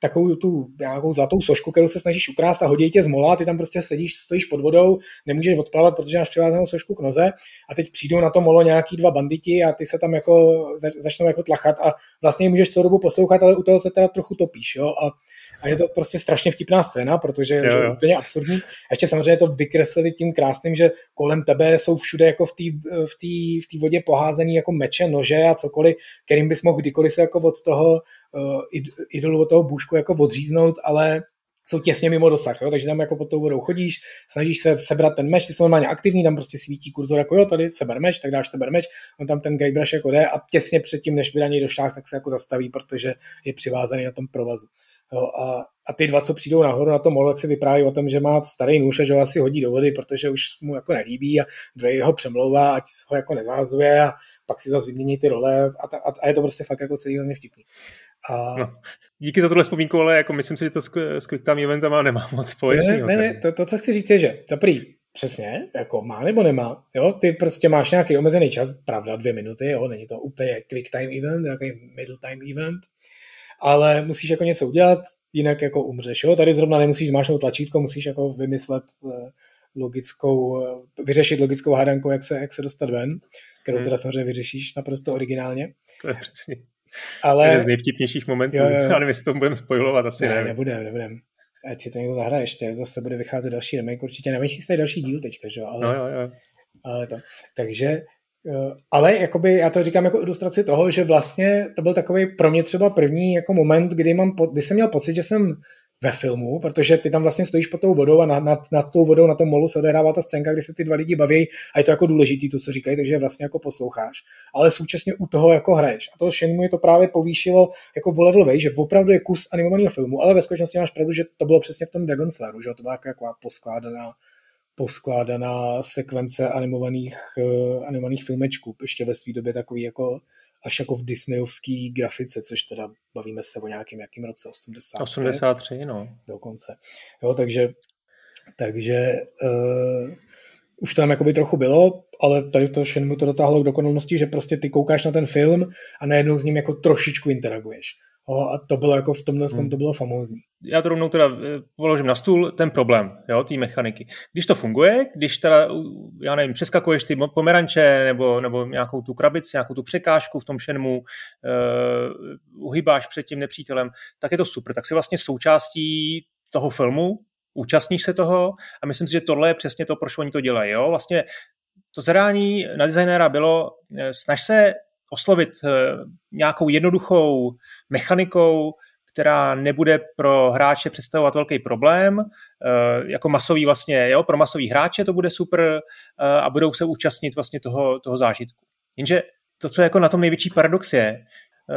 takovou tu nějakou zlatou sošku, kterou se snažíš ukrást a hodí tě z mola, ty tam prostě sedíš, stojíš pod vodou, nemůžeš odplavat, protože máš přivázanou sošku k noze a teď přijdou na to molo nějaký dva banditi a ty se tam jako začnou jako tlachat a vlastně můžeš celou dobu poslouchat, ale u toho se teda trochu topíš, jo, a, a je to prostě strašně vtipná scéna, protože jo, jo. je úplně absurdní. A ještě samozřejmě to vykreslili tím krásným, že kolem tebe jsou všude jako v té v té v té vodě poházený jako meče, nože a cokoliv, kterým bys mohl kdykoliv se jako od toho uh, idolu, od toho bůžku jako odříznout, ale jsou těsně mimo dosah, jo? Takže tam jako pod tou vodou chodíš, snažíš se sebrat ten meč, ty jsou normálně aktivní, tam prostě svítí kurzor jako jo, tady seber meč, tak dáš seber meč, on tam ten Guybrush jako jde a těsně předtím, než by na něj došáhl, tak se jako zastaví, protože je přivázaný na tom provazu. Jo? A, a ty dva, co přijdou nahoru na to molo, tak si vypráví o tom, že má starý nůž a že ho asi hodí do vody, protože už mu jako nelíbí a druhý ho přemlouvá, ať ho jako nezahazuje a pak si zase vymění ty role a, ta, a je to prostě fakt jako celý hrozně vtipný. A... No, díky za tuhle vzpomínku, ale jako myslím si, že to s, s Quick Time eventama nemá moc společného. Ne, ne, ne, to, to, co chci říct je, že za prý přesně, jako má nebo nemá, jo, ty prostě máš nějaký omezený čas, pravda, dvě minuty, jo, není to úplně Quick Time event, nějaký Middle Time event, ale musíš jako něco udělat, jinak jako umřeš, jo, tady zrovna nemusíš zmáčknout tlačítko, musíš jako vymyslet logickou, vyřešit logickou hádanku, jak se, jak se dostat ven, kterou hmm. teda samozřejmě vyřešíš naprosto originálně. To je přesně. Ale... To je z nejvtipnějších momentů. Jo, jo. Já nevím, jestli to budeme spojovat, asi ne. Ne, nebudeme, nebudeme. Ať si to někdo zahraje ještě, zase bude vycházet další remake, určitě nevím, další díl teďka, že jo? Ale, no, jo, jo. ale to. Takže, ale jakoby, já to říkám jako ilustraci toho, že vlastně to byl takový pro mě třeba první jako moment, kdy, mám, kdy jsem měl pocit, že jsem ve filmu, protože ty tam vlastně stojíš pod tou vodou a nad, nad, nad tou vodou na tom molu se odehrává ta scénka, kdy se ty dva lidi baví a je to jako důležitý to, co říkají, takže vlastně jako posloucháš, ale současně u toho jako hraješ. A to Shenmue to právě povýšilo jako o level way, že opravdu je kus animovaného filmu, ale ve skutečnosti máš pravdu, že to bylo přesně v tom Dragon Slayeru, že to byla jako poskládaná poskládaná sekvence animovaných, uh, animovaných filmečků, ještě ve své době takový jako až jako v disneyovský grafice, což teda bavíme se o nějakým jakým roce osmdesát. osmdesát tři, no. Dokonce. Jo, takže takže uh, už to tam jakoby trochu bylo, ale tady to Shenmue to dotáhlo k dokonalnosti, že prostě ty koukáš na ten film a najednou s ním jako trošičku interaguješ. O, a to bylo jako v tomhle hmm. to bylo famózní. Já to rovnou teda položím na stůl, ten problém, jo, té mechaniky. Když to funguje, když teda, já nevím, přeskakuješ ty pomeranče nebo, nebo nějakou tu krabici, nějakou tu překážku v tom Shenmue, uh, uhybáš před tím nepřítelem, tak je to super. Tak si vlastně součástí toho filmu, účastníš se toho a myslím si, že tohle je přesně to, proč oni to dělají. Jo? Vlastně to zadání na designéra bylo, snaž se oslovit nějakou jednoduchou mechanikou, která nebude pro hráče představovat velký problém, jako masový vlastně, jo, pro masový hráče to bude super a budou se účastnit vlastně toho, toho zážitku. Jenže to, co je jako na tom největší paradox je,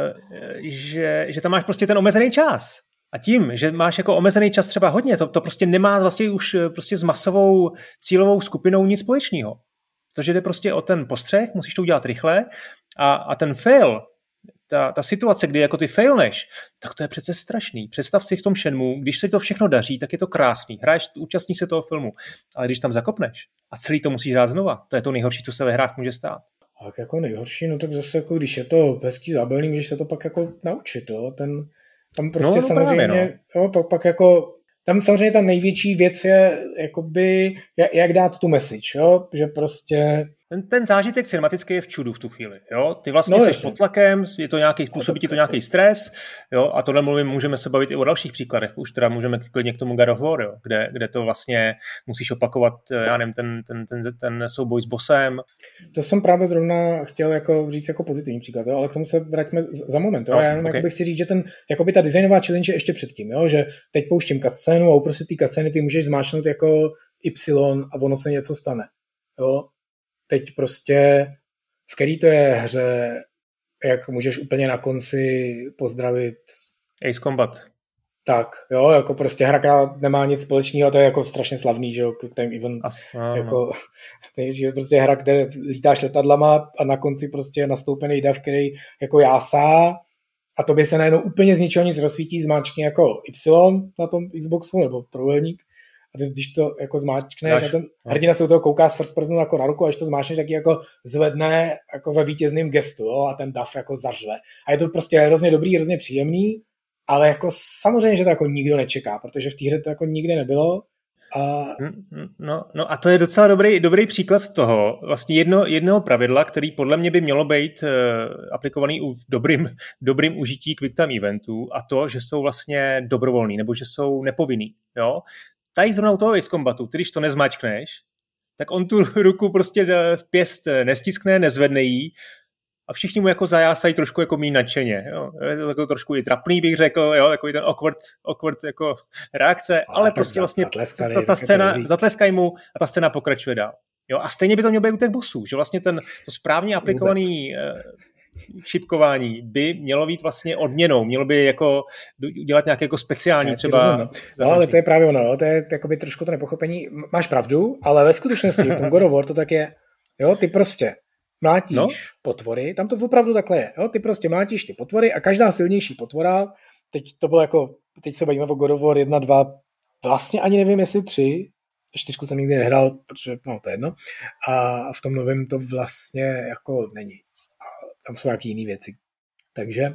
že, že tam máš prostě ten omezený čas. A tím, že máš jako omezený čas třeba hodně, to, to prostě nemá vlastně už prostě s masovou cílovou skupinou nic společného. Protože jde prostě o ten postřeh, musíš to udělat rychle a, a ten fail, ta, ta situace, kdy jako ty failneš, tak to je přece strašný. Představ si v tom Shenmue, když se to všechno daří, tak je to krásný. Hraješ, účastníš se toho filmu, ale když tam zakopneš a celý to musíš hrát znova, to je to nejhorší, co se ve hrách může stát. Tak jako nejhorší, no tak zase jako když je to hezký zábavný, můžeš se to pak jako naučit, jo. Ten, tam prostě no, no, samozřejmě, právě, no. jo, pak, pak jako tam samozřejmě ta největší věc je, jakoby, jak dát tu message, jo? Že prostě... Ten, ten zážitek cinematický je v čudu v tu chvíli, jo? Ty vlastně no, seš pod tlakem, je to nějaký, působí ti to nějaký stres, jo? A tohle mluvím, můžeme se bavit i o dalších příkladech, už teda můžeme klidně k tomu God of War, jo? Kde, kde to vlastně musíš opakovat, já nevím, ten, ten, ten, ten souboj s bossem. To jsem právě zrovna chtěl jako říct jako pozitivní příklad, jo? Ale k tomu se vraťme za moment, jo? No, já jenom okay. chci říct, že ten, jakoby ta designová challenge je ještě předtím, jo? Že teď pouštím cutscénu a uprostřed té cutscény ty můžeš zmáčknout jako Y a ono se něco stane, jo? Teď prostě, v který to je hře, jak můžeš úplně na konci pozdravit... Ace Combat. Tak, jo, jako prostě hra, která nemá nic společného, to je jako strašně slavný, že jo, Quick Time Event. As, jako, to je prostě hra, kde lítáš letadlama a na konci prostě je nastoupený dav, který jako jásá a tobě se najednou úplně z ničeho nic rozsvítí, zmáčkni jako Y na tom Xboxu, nebo trojúhelník. A ty, když to jako zmáčkneš, a ten hrdina se u toho kouká s first personu jako na ruku, a když to zmáčkneš, tak ji jako zvedne jako ve vítězném gestu, jo, a ten dav jako zařve. A je to prostě hrozně dobrý, hrozně příjemný, ale jako samozřejmě, že to jako nikdo nečeká, protože v té hře to jako nikdy nebylo. A... No, no a to je docela dobrý, dobrý příklad toho, vlastně jedno, jednoho pravidla, který podle mě by mělo být uh, aplikovaný v dobrým, dobrým užití quick time eventů, a to, že jsou vlastně dobrovolný, nebo že jsou nepovinný. Jo? Tady zrovna u toho Ace Combatu, když to nezmačkneš, tak on tu ruku prostě v pěst nestiskne, nezvedne jí a všichni mu jako zajásají trošku jako méně nadšeně. Jo. Je to takový trošku i trapný, bych řekl, jo, takový ten awkward, awkward jako reakce, a ale prostě vlastně ta, ta, ta scéna, zatleskají mu a ta scéna pokračuje dál. Jo. A stejně by to mělo být u těch bossů, že vlastně ten, to správně aplikovaný šipkování by mělo být vlastně odměnou, mělo by jako dělat nějaké jako speciální třeba... No. no, ale to je právě ono, to je jakoby trošku to nepochopení. Máš pravdu, ale ve skutečnosti v tom God of War to tak je, jo, ty prostě mlátíš no? potvory, tam to opravdu takhle je, jo, ty prostě mlátíš ty potvory a každá silnější potvora, teď to bylo jako, teď se bavíme o God of War jedna, dva, vlastně ani nevím, jestli tři, čtyřku jsem nikdy nehrál, protože, no, to je jedno, a v tom novém to vlastně jako není. Tam jsou nějaké jiné věci. Takže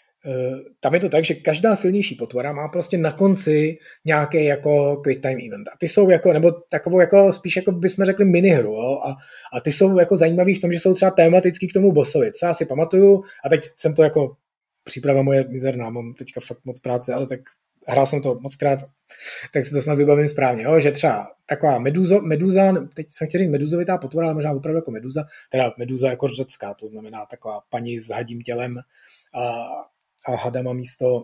tam je to tak, že každá silnější potvora má prostě na konci nějaký jako quick time event. A ty jsou jako, nebo takovou jako spíš jako bychom řekli minihru, jo? A, a ty jsou jako zajímavý v tom, že jsou třeba tematický k tomu bossovi. Co já si pamatuju, a teď jsem to jako, příprava moje mizerná, mám teďka fakt moc práce, ale tak hrál jsem to moc krát, tak si to snad vybavím správně, jo? Že třeba taková meduzo, meduza, teď jsem chtěl říct meduzovitá potvora, ale možná opravdu jako meduza, teda meduza jako řecká, to znamená taková paní s hadím tělem a, a hadama místo,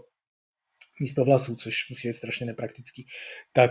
místo vlasů, což musí být strašně nepraktický. Tak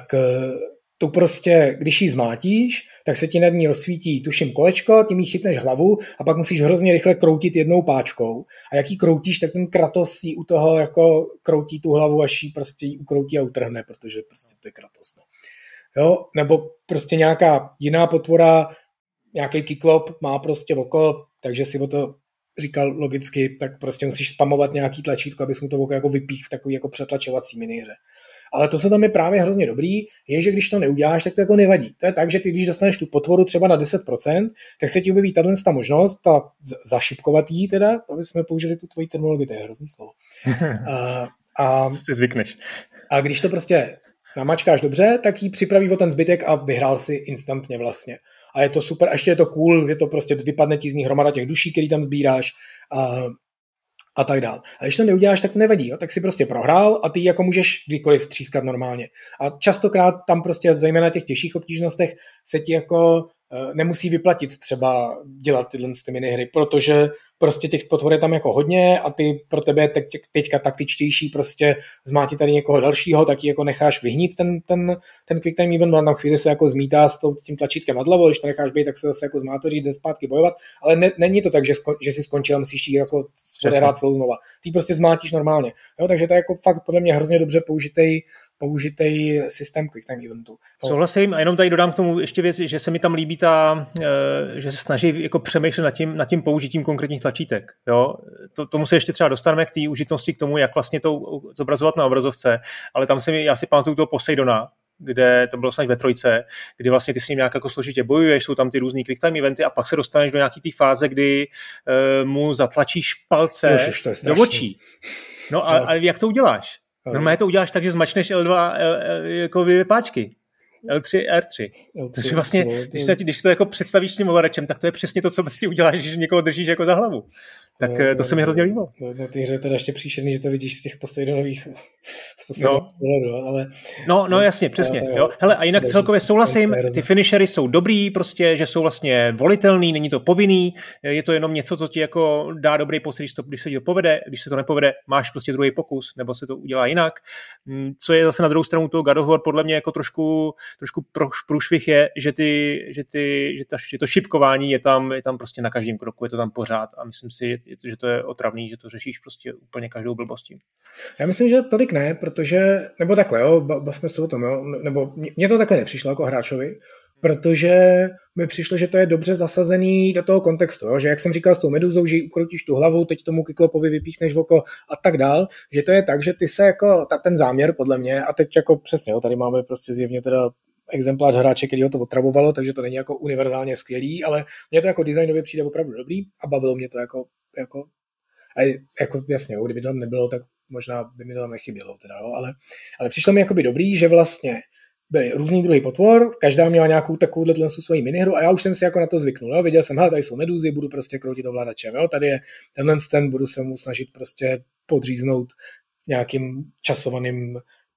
to prostě, když ji zmátíš, tak se ti nad ní rozsvítí, tuším, kolečko, tím jí chytneš hlavu a pak musíš hrozně rychle kroutit jednou páčkou. A jak ji kroutíš, tak ten Kratos jí u toho jako kroutí tu hlavu, až ji prostě jí ukroutí a utrhne, protože prostě to je Kratos. No. Jo? Nebo prostě nějaká jiná potvora, nějaký kyklop má prostě oko, takže si o to říkal logicky, tak prostě musíš spamovat nějaký tlačítko, abys mu to oko jako vypích v takový jako přetlačovací minihře. Ale to, co tam je právě hrozně dobrý, je, že když to neuděláš, tak to jako nevadí. To je tak, že ty, když dostaneš tu potvoru třeba na deset procent, tak se ti objeví tato ta možnost, ta zašipkovatý teda, aby jsme použili tu tvoji terminologii, to je hrozný slovo. A, a, si zvykneš. A když to prostě namačkáš dobře, tak jí připraví o ten zbytek a vyhrál si instantně vlastně. A je to super, a ještě je to cool, je to prostě, vypadne ti z ní hromada těch duší, který tam sbíráš a, a tak dál. A když to neuděláš, tak to nevadí, jo? Tak si prostě prohrál a ty jako můžeš kdykoliv střískat normálně. A častokrát tam prostě, zejména na těch těžších obtížnostech, se ti jako uh, nemusí vyplatit třeba dělat tyhle ty minihry, protože prostě těch potvor je tam jako hodně a ty pro tebe teď, teďka taktičtější prostě zmátit tady někoho dalšího, tak ji jako necháš vyhnít ten, ten, ten quick time event, tam chvíli se jako zmítá s tím tlačítkem nad hlavou, když to necháš být, tak se zase jako zmátoří, jde zpátky bojovat, ale ne, není to tak, že, sko, že si skončil a musíš ji jako odehrát celou znova. Ty prostě zmátíš normálně. Jo, takže to je jako fakt podle mě hrozně dobře použitej použitej systém quick time eventu. Souhlasím a jenom tady dodám k tomu ještě věc, že se mi tam líbí ta, že se snaží jako přemýšlet nad tím, nad tím použitím konkrétních tlačítek. Jo? To, tomu se ještě třeba dostaneme k té užitnosti, k tomu, jak vlastně to zobrazovat na obrazovce, ale tam se mi, já si pamatuju toho Poseidona, kde to bylo snad ve trojce, kdy vlastně ty s ním nějak jako složitě bojuješ, jsou tam ty různý quick time eventy a pak se dostaneš do nějaký té fáze, kdy uh, mu zatlačíš palce Ježiš, do očí. No a, a jak to uděláš? Normálně to uděláš tak, že zmačneš L dva L, L, jako dvě páčky. L tři, R tři. Takže vlastně, když, se, když to jako představíš tím ovladačem, tak to je přesně to, co vlastně uděláš, že někoho držíš jako za hlavu. Tak to, to se mi hrozně líbilo. Na té hře je teda ještě příšerný, že to vidíš z těch Poseidonových z Poseidonových pohledu, ale... No, no jasně, přesně. Jo. Hele, a jinak celkově souhlasím, ty finishery jsou dobrý, prostě, že jsou vlastně volitelný, není to povinný, je to jenom něco, co ti jako dá dobrý pocit, když, to, když se ti to povede, když se to nepovede, máš prostě druhý pokus, nebo se to udělá jinak. Co je zase na druhou stranu toho God of War, podle mě jako trošku, trošku průšvih je, že, ty, že, ty, že, ta, že to šipkování je tam, je tam prostě na každém kroku, je to tam pořád a myslím si, že to je otravný, že to řešíš prostě úplně každou blbostí. Já myslím, že tolik ne, protože, nebo takhle, jo, bavme se o tom, jo, nebo mně to takhle nepřišlo jako hráčovi, protože mi přišlo, že to je dobře zasazený do toho kontextu, jo, že jak jsem říkal s tou meduzou, že jí ukroutíš tu hlavu, teď tomu kyklopovi vypíchneš v oko a tak dál, že to je tak, že ty se jako, ta, ten záměr podle mě, a teď jako přesně, jo, tady máme prostě zjevně teda exemplář hráče, který ho to otravovalo, takže to není jako univerzálně skvělý, ale mně to jako designově přijde opravdu dobrý a bavilo mě to jako, jako, a jako jasně, jo, kdyby tam nebylo, tak možná by mi to tam nechybělo teda, jo, ale, ale přišlo mi jakoby dobrý, že vlastně byly různý druhý potvor, každá měla nějakou takovou svoji minihru a já už jsem si jako na to zvyknul. Jo? Viděl jsem, hele, tady jsou meduzy, budu prostě kroutit ovladačem. Jo? Tady je tenhle ten, budu se mu snažit prostě podříznout nějakým časovaným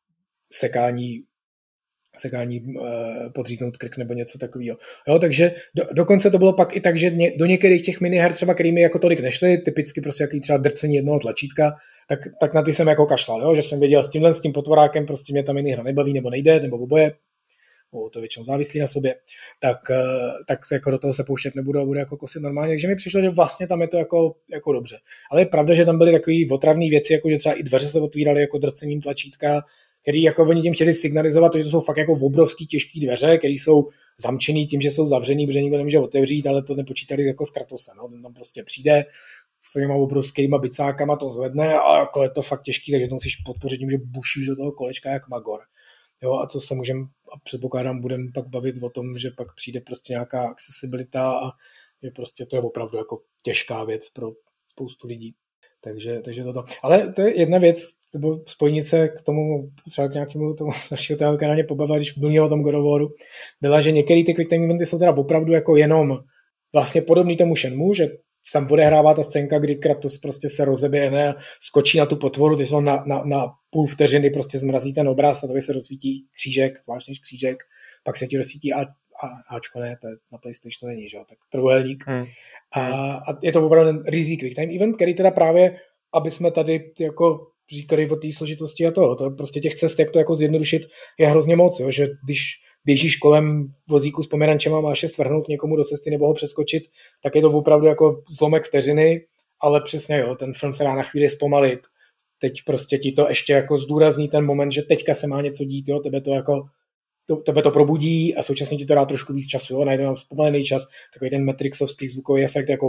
sekání, sekání eh, podříznout krk nebo něco takového. Jo? Takže do, dokonce to bylo pak i tak, že ně, do některých těch miniher třeba, kterými jako tolik nešly, typicky prostě jaký třeba drcení jednoho tlačítka, tak, tak na ty jsem jako kašlal, jo? Že jsem věděl s tímhle s tím potvorákem prostě mě ta minihra nebaví nebo nejde, nebo oboje, o, to většinou závislí na sobě, tak, tak jako do toho se pouštět nebudu a budu jako kosit normálně, takže mi přišlo, že vlastně tam je to jako, jako dobře. Ale je pravda, že tam byly takové otravné věci, jako že třeba i dveře se otvíraly jako drcením tlačítka, který jako oni tím chtěli signalizovat, že to jsou fakt jako obrovský těžké dveře, které jsou zamčený tím, že jsou zavřený, protože nikdo nemůže otevřít, ale to nepočítali jako s Kratosem. No? Ten tam prostě přijde s těma obrovskýma bicákama, to zvedne a jako je to fakt těžký, takže to musíš podpořit tím, že bušíš do toho kolečka jak magor. Jo, a co se můžem, a předpokládám, budeme pak bavit o tom, že pak přijde prostě nějaká accessibilita a že prostě to je opravdu jako těžká věc pro spoustu lidí. Takže, takže toto. Ale to je jedna věc, nebo spojnit se k tomu, třeba k nějakému tomu našeho téhle kanáně pobavila, když mluvil o tom God of Waru, byla, že některé ty quick time eventy jsou teda opravdu jako jenom vlastně podobný tomu Shenmue, že tam odehrává ta scénka, kdy Kratos prostě se rozeběhne, skočí na tu potvoru, ty jsou na, na, na půl vteřiny prostě zmrazí ten obraz a tady se rozsvítí křížek, zvláštní křížek, pak se ti rozsvítí a, a Ačko ne, to je, na PlayStationu není, že jo, tak trojuhelník. Hmm. A, a je to opravdu ten rizí quick time event, který teda právě, aby jsme tady jako říkali o té složitosti a toho, to prostě těch cest, jak to jako zjednodušit, je hrozně moc, jo, že když běžíš kolem vozíku s pomerančema, máš je svrhnout někomu do cesty nebo ho přeskočit, tak je to opravdu jako zlomek vteřiny, ale přesně jo, ten film se dá na chvíli zpomalit. Teď prostě ti to ještě jako zdůrazní ten moment, že teďka se má něco dít, jo, tebe to jako to, tebe to probudí a současně ti to dá trošku víc času, jo, najednou zpomalený čas, takový ten Matrixovský zvukový efekt, jako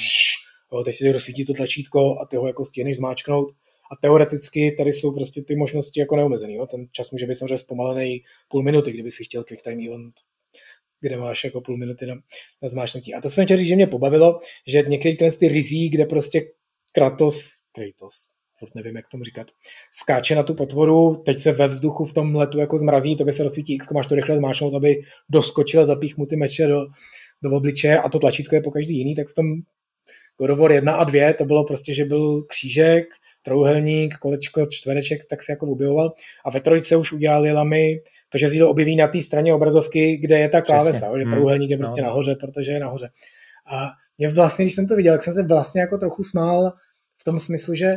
jo, teď si tady rozsvítí to tlačítko a ty ho jako stihneš zmáčknout. A teoreticky tady jsou prostě ty možnosti jako neomezený. Jo? Ten čas může být samozřejmě zpomalený půl minuty, kdyby si chtěl quick time event, kde máš jako půl minuty na, na zmáčknutí. A to jsem chtěl říct, že mě pobavilo, že některé ty rizí, kde prostě Kratos, Kratos, furt nevím, jak tomu říkat, skáče na tu potvoru, teď se ve vzduchu v tom letu jako zmrazí, to by se rozsvítí X, máš to rychle zmáčknout, aby doskočil, zapích mu ty meče do, do obličeje a to tlačítko je po každý jiný, tak v tom God of War jedna a dvě to bylo prostě, že byl křížek, trouhelník, kolečko, čtvereček, tak se jako objevoval. A ve trojce už udělali lamy, to, že si to objeví na té straně obrazovky, kde je ta klávesa, že trouhelník je prostě no. nahoře, protože je nahoře. A mě vlastně, když jsem to viděl, tak jsem se vlastně jako trochu smál v tom smyslu, že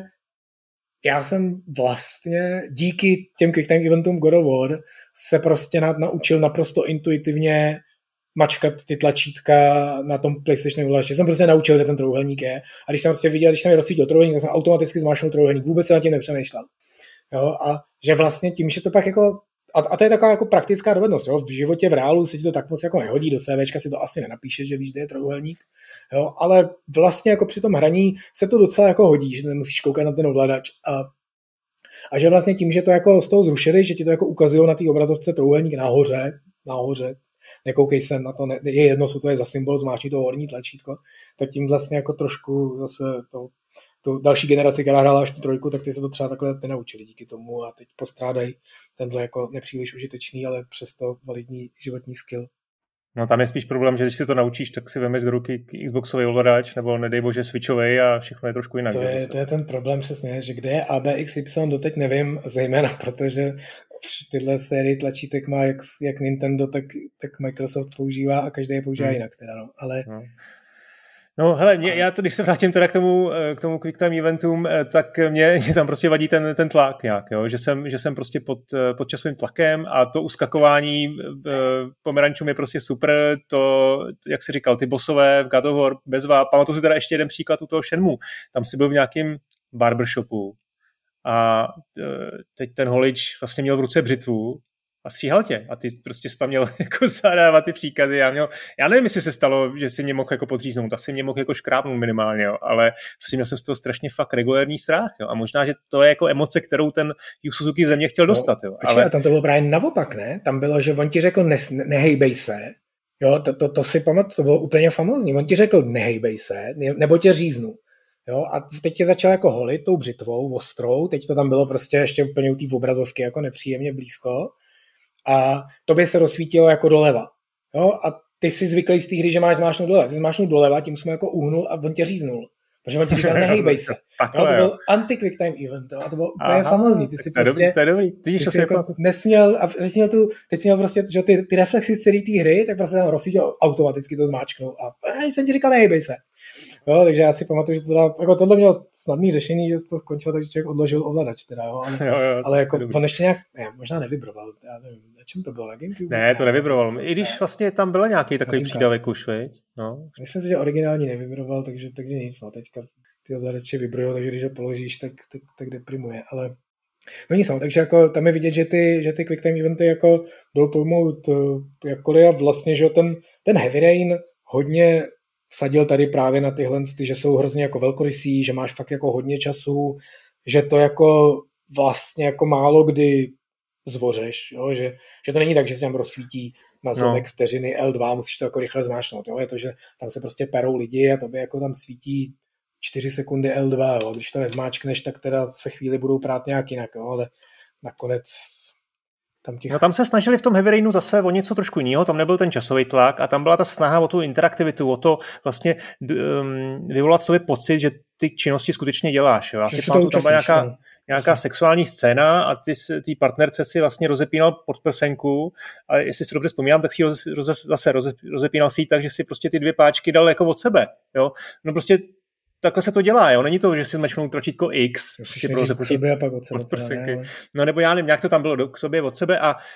já jsem vlastně díky těm quick time eventům God of War se prostě naučil naprosto intuitivně mačkat ty tlačítka na tom PlayStationu ovladači. Jsem prostě naučil, kde ten trouhelník je. A když jsem prostě viděl, když jsem mi rozsvítil trouhelník, tak jsem automaticky zmáčknul trouhelník. Vůbec se nad tím nepřemýšlel. Jo? A že vlastně tím, že to pak jako... A, a to je taková jako praktická dovednost. Jo? V životě v reálu se ti to tak moc jako nehodí. Do CVčka si to asi nenapíšeš, že víš, kde je trouhelník. Jo? Ale vlastně jako při tom hraní se to docela jako hodí, že nemusíš koukat na ten ovladač. A, a že vlastně tím, že to jako z toho zrušili, že ti to jako ukazují na té obrazovce trouhelník nahoře, nahoře, nekoukej se na to, ne, je jedno, co to je za symbol, zmáčkni to horní tlačítko, tak tím vlastně jako trošku zase to, to další generaci, která hrála až tu trojku, tak ty se to třeba takhle nenaučili díky tomu a teď postrádají tenhle jako nepříliš užitečný, ale přesto validní životní skill. No tam je spíš problém, že když si to naučíš, tak si vemeš do ruky Xboxový ovladač, nebo nedej bože Switchovej a všechno je trošku jinak. To je, to je ten problém přesně, že kde je A B X Y doteď nevím, zejména protože tyhle série tlačítek má jak, jak Nintendo, tak, tak Microsoft používá a každý je používá hmm. jinak. Teda, no. Ale... No. No hele, mě, já to, když se vrátím teda k tomu, k tomu quick time eventům, tak mě, mě tam prostě vadí ten, ten tlak nějak, jo? Že, jsem, že jsem prostě pod, pod časovým tlakem a to uskakování pomerančům je prostě super, to, jak jsi říkal, ty bossové v God of War, bezva, pamatuju si teda ještě jeden příklad u toho Shenmue, tam si byl v nějakém barbershopu a teď ten holič vlastně měl v ruce břitvu a stříhal tě. A ty prostě jsi tam měl jako zadávat ty příkazy. Já, měl, já nevím, jestli se stalo, že si mě mohl jako podříznout. Asi mě mohl jako škrápnout minimálně, jo. Ale prostě měl jsem z toho strašně fakt regulérní strach. Jo. A možná, že to je jako emoce, kterou ten Yu Suzuki ze mě chtěl dostat. Jo. Počkej, ale... tam to bylo právě naopak, ne? Tam bylo, že on ti řekl ne, nehejbej se. Jo, to, to, to si pamatuju, to bylo úplně famózní. On ti řekl nehejbej se, nebo tě říznu. Jo, a teď tě začal jako holit tou břitvou, ostrou, teď to tam bylo prostě ještě úplně u té obrazovky jako nepříjemně blízko a tobě se rozsvítilo jako doleva. Jo, a ty jsi zvyklý z té hry, že máš zmáčknout doleva. Ty zmáčknout doleva, tím jsme jako uhnul a on tě říznul. Protože on ti říkal, nehejbej se. Takhle, no, to byl anti-quick time event jo, a to bylo úplně famózní. Ty si to je prostě, dobrý, to je dobrý. Ty ty jsi jako nesměl, a teď jsi měl, tu, teď jsi měl prostě že ty, ty reflexy z celé té hry, tak prostě tam rozsvítil automaticky to zmáčknul a, a jsem ti říkal, nehejbej se. Jo, takže já si pamatuju, že to teda, jako tohle mělo snadný řešení, že to skončilo, takže člověk odložil ovladač teda, jo, ale, jo, jo, ale jako on ještě nějak, ne, možná nevibroval, já nevím, na čem to bylo, na GameCube? Ne, to nevibroval, i když vlastně tam byl nějaký takový přídavek už, viď? No. Myslím si, že originální nevibroval, takže, takže nic, no, teďka ty ovladače vibrujou, takže když ho položíš, tak, tak, tak deprimuje, ale no nic, no, takže jako tam je vidět, že ty, že ty quick time eventy jako jdou pojmout jakkoliv a vlastně, že ten, ten Heavy Rain hodně vsadil tady právě na tyhle, že jsou hrozně jako velkorysí, že máš fakt jako hodně času, že to jako vlastně jako málo kdy zvořeš, jo? Že, že to není tak, že se tam rozsvítí na zlomek no. vteřiny L dva, musíš to jako rychle zmáčknout, jo? Je to, že tam se prostě perou lidi a tobě jako tam svítí čtyři sekundy L dva, jo? Když to nezmáčkneš, tak teda se chvíli budou prát nějak jinak, jo? Ale nakonec Tam, těch... No tam se snažili v tom Heavy Rainu zase o něco trošku jiného, tam nebyl ten časový tlak a tam byla ta snaha o tu interaktivitu, o to vlastně um, vyvolat sobě pocit, že ty činnosti skutečně děláš. Jo. Já si pamatuju, tam byla nějaká, nějaká sexuální scéna a ty tý partnerce si vlastně rozepínal podprsenku a jestli si dobře vzpomínám, tak si roze, roze, zase roze, rozepínal si ji tak, že si prostě ty dvě páčky dal jako od sebe. Jo. No prostě takhle se to dělá, jo. Není to, že si zmačknou tlačítko X, si pro zapustit podprsenky. No nebo já nevím, jak to tam bylo k sobě od sebe a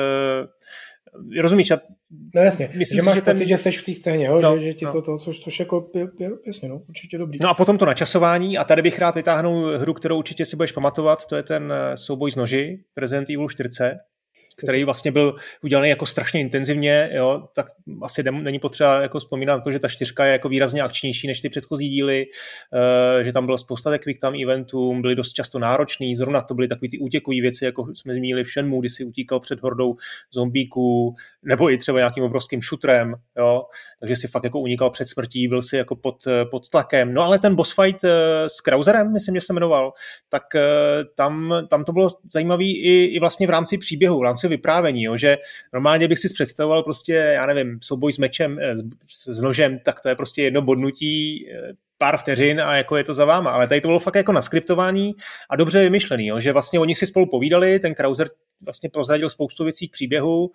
uh, rozumíš? A no jasně, myslím že si, máš že ten... pocit, že seš v té scéně, jo? No, že, že ti no. to, to což, což jako, je, je, jasně, no, určitě dobrý. No a potom to načasování a tady bych rád vytáhnul hru, kterou určitě si budeš pamatovat, to je ten souboj s noži, Resident Evil čtyři, který vlastně byl udělaný jako strašně intenzivně, jo, tak asi není potřeba jako vzpomínat to, že ta čtyřka je jako výrazně akčnější než ty předchozí díly, uh, že tam bylo spousta těch quick time eventů, byly dost často náročný, zrovna to byly takový ty útěkové věci, jako jsme zmínili v Shenmue, kdy si utíkal před hordou zombíků, nebo i třeba nějakým obrovským šutrem, jo, takže si fakt jako unikal před smrtí, byl si jako pod, pod tlakem. No ale ten boss fight uh, s Krauserem, myslím, že se jmenoval, tak uh, tam, tam to bylo zajímavý i, i vlastně v rámci příběhu, v rámci vyprávění, jo, že normálně bych si představoval prostě, já nevím, souboj s mečem, s, s nožem, tak to je prostě jedno bodnutí, pár vteřin a jako je to za váma, ale tady to bylo fakt jako naskriptování a dobře vymyšlený, jo, že vlastně oni si spolu povídali, ten Krauser vlastně prozradil spoustu věcí k příběhu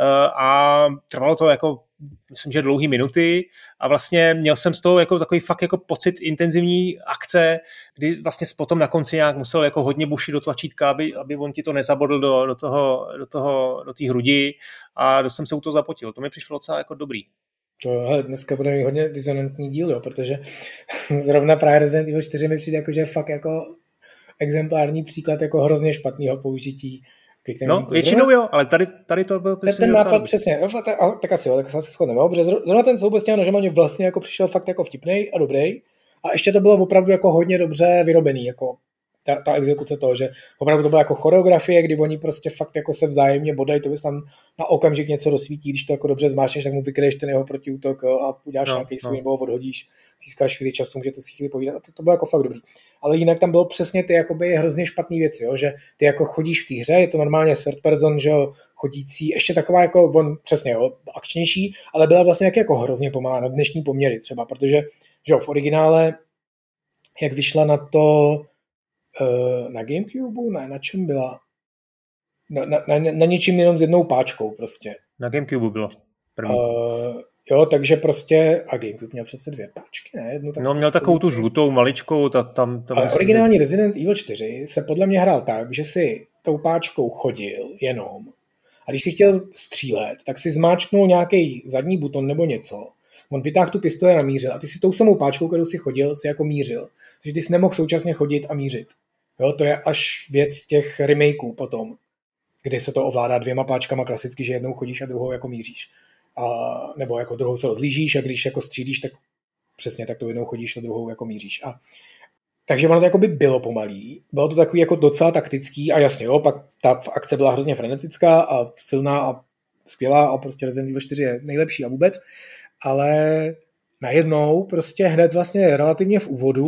a trvalo to jako, myslím, že dlouhý minuty a vlastně měl jsem z toho jako takový fakt jako pocit intenzivní akce, kdy vlastně potom na konci nějak musel jako hodně bušit do tlačítka, aby, aby on ti to nezabodl do, do toho, do toho, do té hrudi a jsem se u toho zapotil. To mi přišlo docela jako dobrý. To, hele, dneska bude mít hodně disonantní díl, jo, protože zrovna právě Resident Evil čtyři mi přijde jako, že je fakt jako exemplární příklad jako hrozně špatného použití. No, většinou jo, ale tady, tady to byl ten, ten nápad přesně, no, tak, tak asi jo, tak se asi shodneme, protože zrovna ten souboj s těma nožema mě vlastně jako přišel fakt jako vtipnej a dobrý a ještě to bylo opravdu jako hodně dobře vyrobený, jako ta, ta exekuce toho, že opravdu to byla jako choreografie, kdy oni prostě fakt jako se vzájemně bodají, to bys tam na okamžik něco rozsvítí, když to jako dobře zmáčneš, tak mu vykryješ ten jeho protiútok a uděláš no, nějaký svůj no. nebo ho odhodíš, získáš chvíli času, můžete si chvíli povídat a to, to bylo jako fakt dobrý. Ale jinak tam bylo přesně ty jakoby hrozně špatné věci, jo? Že ty jako chodíš v té hře, je to normálně third person, že jo, chodící, ještě taková jako, on přesně jo, akčnější, ale byla vlastně jak jako hrozně pomalá na dnešní poměry třeba, protože že jo, v originále, jak vyšla na to na GameCube, ne, na čem byla? Na, na, na, na něčím jenom s jednou páčkou prostě. Na GameCube bylo první. Uh, jo, takže prostě, a GameCube měl přece dvě páčky, ne? Jednu no, měl takovou tu žlutou maličkou. Ta, tam, tam ale originální že... Resident Evil čtyři se podle mě hrál tak, že si tou páčkou chodil jenom a když si chtěl střílet, tak si zmáčknul nějaký zadní buton nebo něco. On vytáhl tu pistoli a namířil a ty si tou samou páčkou, kterou si chodil, si jako mířil. Takže ty jsi nemohl současně chodit a mířit. Jo, to je až věc těch remakeů potom, kdy se to ovládá dvěma páčkama klasicky, že jednou chodíš a druhou jako míříš. A, nebo jako druhou se rozlížíš a když jako střílíš, tak přesně tak to jednou chodíš a druhou jako míříš. A, takže ono to jako by bylo pomalý. Bylo to takový jako docela taktický a jasně, jo, pak ta akce byla hrozně frenetická a silná a skvělá a prostě Resident Evil čtyři je nejlepší a vůbec. Ale najednou prostě hned vlastně relativně v úvodu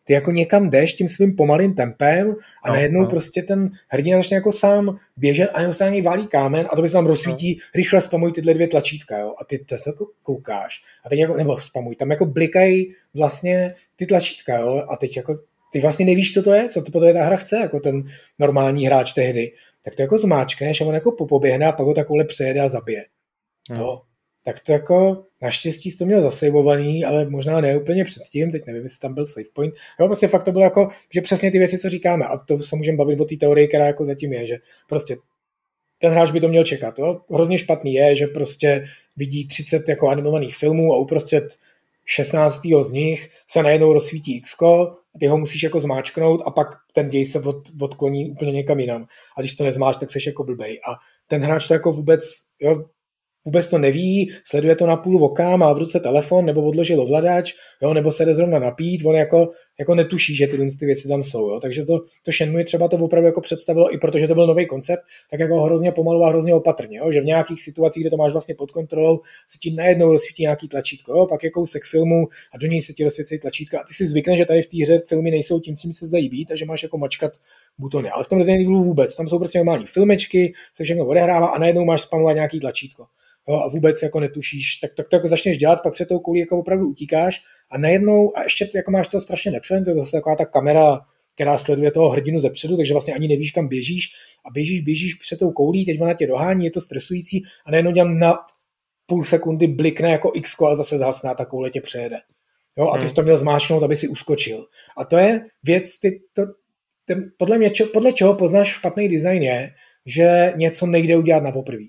ty jako někam jdeš tím svým pomalým tempem a no, najednou no. prostě ten hrdina začne jako sám běžet a neustále válí kámen a to by se tam rozsvítí, no. rychle spamuj tyhle dvě tlačítka, jo, a ty to jako koukáš a teď jako, nebo spamuj, tam jako blikají vlastně ty tlačítka, jo, a teď jako ty vlastně nevíš, co to je, co to potom ta hra chce, jako ten normální hráč tehdy, tak to jako zmáčkneš a on jako popoběhne a pak ho takovhle přejede a zabije. No. no. Tak to jako naštěstí jsi to měl zasejvovaný, ale možná ne úplně předtím, teď nevím, jestli tam byl save point. Jo, prostě fakt to bylo jako, že přesně ty věci, co říkáme, a to se můžeme bavit o té teorii, která jako zatím je, že prostě ten hráč by to měl čekat. Jo? Hrozně špatný je, že prostě vidí třicet jako animovaných filmů a uprostřed šestnáctého z nich se najednou rozsvítí X-ko, ty ho musíš jako zmáčknout a pak ten děj se od, odkloní úplně někam jinam. A když to nezmáš, tak seš jako blbej. A ten hráč to jako vůbec, jo, vůbec to neví, sleduje to na půl oka, má v ruce telefon, nebo odložil ovladač, jo, nebo se jde zrovna napít, on jako, jako netuší, že tyhle ty věci tam jsou. Jo. Takže to, to Shenmue třeba to opravdu jako představilo, i protože to byl nový koncept, tak jako hrozně pomalu a hrozně opatrně, jo, že v nějakých situacích, kde to máš vlastně pod kontrolou, se ti najednou rozsvítí nějaký tlačítko, jo, pak je kousek filmu a do něj se ti rozsvící tlačítka a ty si zvykneš, že tady v té hře filmy nejsou tím, čím se zdají být, takže máš jako mačkat butony. Ale v tom Resident Evilu vůbec, tam jsou prostě normální filmečky, se všechno odehrává a najednou máš spamovat nějaký tlačítko. Jo, a vůbec jako netušíš, tak, tak to jako začneš dělat, pak před tou koulí jako opravdu utíkáš a najednou, a ještě jako máš to strašně nepřehled, to je zase taková ta kamera, která sleduje toho hrdinu zepředu, takže vlastně ani nevíš, kam běžíš a běžíš, běžíš před tou koulí, teď ona tě dohání, je to stresující a najednou dělám na půl sekundy blikne jako X a zase zhasná, ta koule tě přejede. Jo, a ty jsi to měl zmáčknout, aby si uskočil. A to je věc, ty, to, ten, podle mě, čo, podle čeho poznáš špatný design je, že něco nejde udělat na poprví.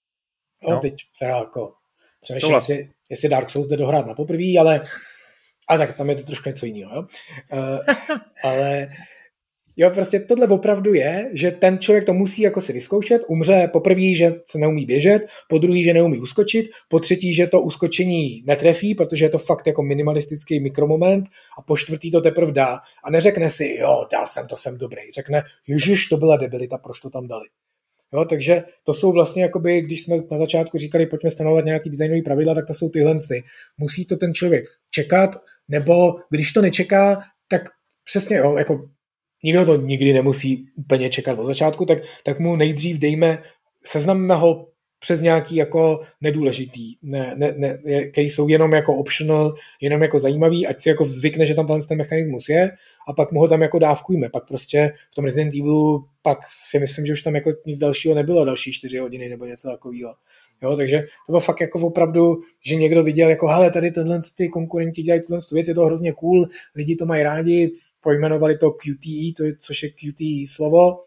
No, no. Teď teda jako přemýšlím, jestli, jestli Dark Souls jde dohrát na poprví, ale, ale tak tam je to trošku něco jiného. Jo? Uh, ale jo, prostě tohle opravdu je, že ten člověk to musí jako si vyzkoušet, umře po první, že se neumí běžet, po druhý, že neumí uskočit, po třetí, že to uskočení netrefí, protože je to fakt jako minimalistický mikromoment a po čtvrtý to teprve dá a neřekne si, jo, dal jsem to, jsem dobrý. Řekne, ježiš, to byla debilita, proč to tam dali. Jo, takže to jsou vlastně, jakoby, když jsme na začátku říkali, pojďme stanovovat nějaký designový pravidla, tak to jsou tyhle. Musí to ten člověk čekat, nebo když to nečeká, tak přesně, jo, jako nikdo to nikdy nemusí úplně čekat od začátku, tak, tak mu nejdřív dejme, seznamíme ho přes nějaký jako nedůležitý, ne, ne, ne, který jsou jenom jako optional, jenom jako zajímavý, ať si jako zvykne, že tam ten mechanismus je a pak mu ho tam jako dávkujme. Pak prostě v tom Resident Evilu pak si myslím, že už tam jako nic dalšího nebylo, další čtyři hodiny nebo něco takového. Jo, takže to bylo fakt jako opravdu, že někdo viděl jako, hele, tady tenhle ty konkurenti dělají tuhle věc, je to hrozně cool, lidi to mají rádi, pojmenovali to Q T E, to je, což je Q T E slovo.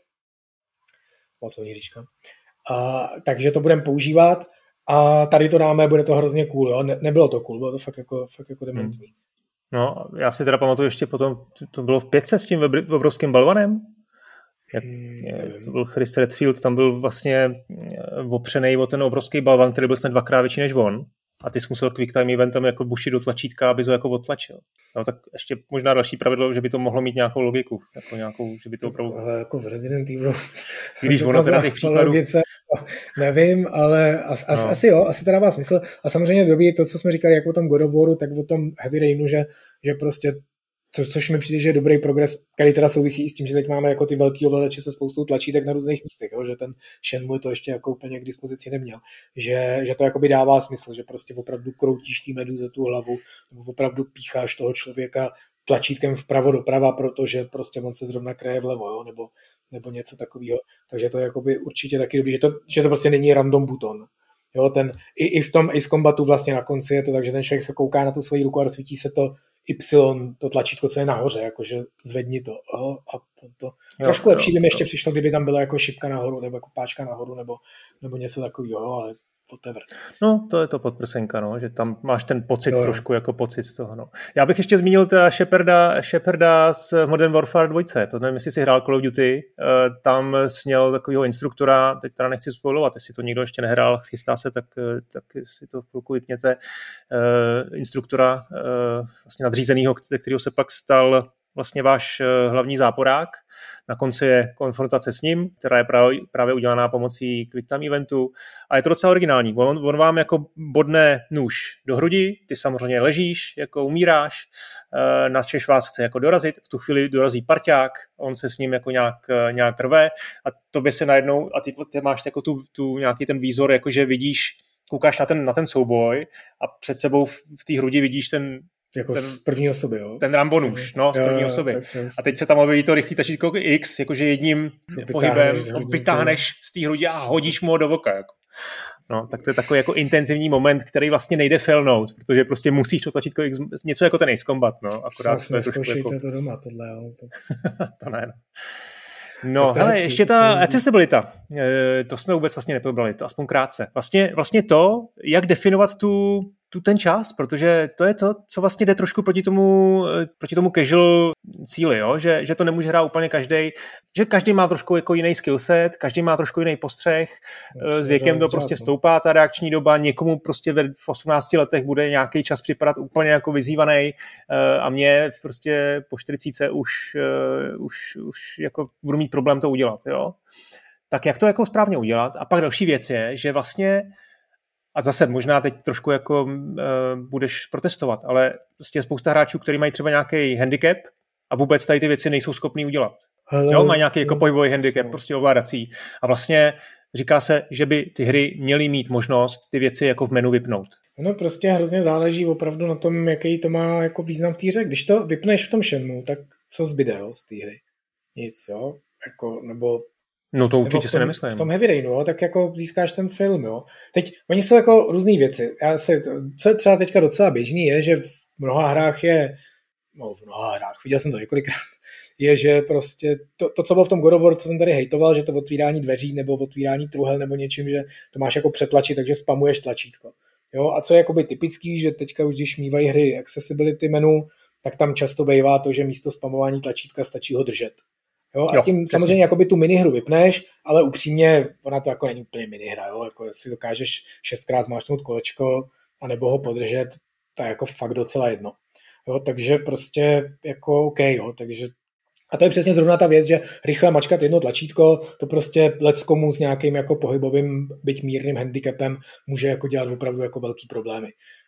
Slovní říčka. A, takže to budeme používat a tady to dáme, bude to hrozně cool, jo? Ne, nebylo to cool, bylo to fakt jako, fakt jako dementní. Hmm. No, já si teda pamatuju ještě potom, to bylo v pětce s tím obrovským balvanem? Jak, hmm, to byl Chris Redfield, tam byl vlastně opřenej o ten obrovský balvan, který byl snad dvakrát větší než on. A ty jsi musel quick time eventem jako bušit do tlačítka, aby to jako odtlačil. No, tak ještě možná další pravidlo, že by to mohlo mít nějakou logiku. Jako nějakou, že by to opravdu... Ale jako v Resident Evil... Když ono teda těch příkladů... Logice, nevím, ale as, as, no. asi jo, asi to dává smysl. A samozřejmě dobrý to, co jsme říkali jako o tom God of Waru, tak o tom Heavy Rainu, že, že prostě Co, což mi přijde, že je dobrý progres, který teda souvisí s tím, že teď máme jako ty velký ovladače se spoustou tlačítek na různých místech, jo? Že ten Shenmue to ještě jako úplně k dispozici neměl. Že, že to jakoby dává smysl, že prostě opravdu kroutíš tý meduze tu hlavu, nebo opravdu pícháš toho člověka tlačítkem vpravo doprava, protože prostě on se zrovna kraje vlevo, jo? Nebo, nebo něco takového. Takže to je jakoby určitě taky dobrý, že to, že to prostě není random buton. Jo, ten, i, i v tom Ace Combatu vlastně na konci je to tak, že ten člověk se kouká na tu svoji ruku a rozsvítí se to Y, to tlačítko, co je nahoře, jakože zvedni to. Oh, a to. Jo, trošku lepší by mi ještě přišlo, kdyby tam byla jako šipka nahoru, nebo jako páčka nahoru, nebo, nebo něco takového, ale whatever. No, to je to podprsenka, no, že tam máš ten pocit jo. trošku jako pocit z toho. No. Já bych ještě zmínil teda Sheparda, Sheparda z Modern Warfare dva, to nevím, jestli si hrál Call of Duty, tam směl takovýho instruktora, teď teda nechci spoilovat, jestli to někdo ještě nehrál, chystá se, tak, tak si to chvilku vypněte, instruktora vlastně nadřízenýho, kterého se pak stal vlastně váš hlavní záporák. Na konci je konfrontace s ním, která je právě, právě udělaná pomocí Quick Time eventu a je to docela originální. On, on vám jako bodne nůž do hrudi, ty samozřejmě ležíš, jako umíráš, načež vás chce jako dorazit, v tu chvíli dorazí parťák, on se s ním jako nějak, nějak rve a tobě se najednou, a ty, ty máš jako tu, tu nějaký ten výzor, jakože vidíš, koukáš na ten, na ten souboj a před sebou v, v té hrudi vidíš ten jako ten, z první osoby, jo? Ten Rambo nůž, no, z první jo, osoby. A teď se tam objeví to rychlý tlačítko X, jakože jedním pohybem vytáhneš z té hrudi a hodíš mu ho do voka. Jako. No, tak to je takový jako intenzivní moment, který vlastně nejde failnout, protože prostě musíš to tlačítko X, něco jako ten Ace Combat, no, akorát to je trošku jako... to doma, tohle, jo. To, to ne, no. No, hele, hezký, ještě ta accessibilita, e, to jsme vůbec vlastně neprobrali, to aspoň krátce. Vlastně, vlastně to, jak definovat tu, tu ten čas, protože to je to, co vlastně jde trošku proti tomu, proti tomu casual cíli, jo? Že, že to nemůže hrát úplně každý, že každý má trošku jako jiný skillset, každý má trošku jiný postřeh, no, s věkem to prostě stoupá ta reakční doba, někomu prostě v osmnácti letech bude nějaký čas připadat úplně jako vyzývaný a mě prostě po čtyřicítce už, už, už jako budu mít problém to udělat, jo? Tak jak to jako správně udělat? A pak další věc je, že vlastně a zase možná teď trošku jako uh, budeš protestovat, ale prostě je spousta hráčů, kteří mají třeba nějaký handicap a vůbec tady ty věci nejsou schopný udělat. Hele, jo, mají nějaký jako pohybový handicap, no. Prostě ovládací. A vlastně říká se, že by ty hry měly mít možnost ty věci jako v menu vypnout. No prostě hrozně záleží opravdu na tom, jaký to má jako význam v té hře. Když to vypneš v tom Shenmue, tak co zbyde jo, z té hry? Nic, jo? Jako, nebo No to určitě tom, se nemyslím. V tom Heavy Rainu, jo, tak jako získáš ten film, jo. Teď, oni jsou jako různý věci. Já se, co je třeba teďka docela běžný, je, že v mnoha hrách je, no v mnoha hrách, viděl jsem to několikrát, je, že prostě to, to co bylo v tom God of War, co jsem tady hejtoval, že to otvírání dveří nebo otvírání truhel nebo něčím, že to máš jako přetlačit, takže spamuješ tlačítko. Jo, a co je jakoby typický, že teďka už když mývají hry accessibility menu, tak tam často bývá to, že místo spamování tlačítka stačí ho držet. Jo, a tím jo, samozřejmě jakoby tu minihru vypneš, ale upřímně ona to jako není úplně minihra, jo, jako si dokážeš šestkrát zmáčknout kolečko a nebo ho podržet, to je jako fakt docela jedno. Jo, takže prostě jako OK, jo, takže a to je přesně zrovna ta věc, že rychle mačkat jedno tlačítko, to prostě leckomu s nějakým jako pohybovým, byť mírným handicapem může jako dělat opravdu jako velký problémy.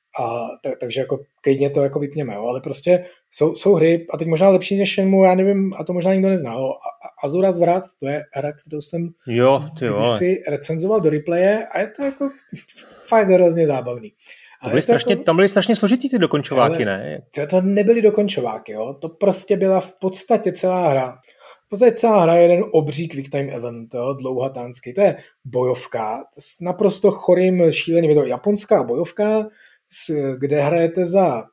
A t- takže jako klidně to jako vypněme, jo, ale prostě jsou, jsou hry, a teď možná lepší než Shenmue, já nevím, a to možná nikdo nezná, jo. Azura's Wrath, to je hra, kterou jsem jo, ty kdysi recenzoval do replaye a je to jako fakt hrozně zábavný. To byly strašně, jako, tam byly strašně složitý ty dokončováky, ne? To, to nebyly dokončováky, jo, to prostě byla v podstatě celá hra. V podstatě celá hra je jeden obří quick time event, jo, dlouhatánský, to je bojovka, s naprosto chorým šíleným, je to japonská bojovka, kde hrajete za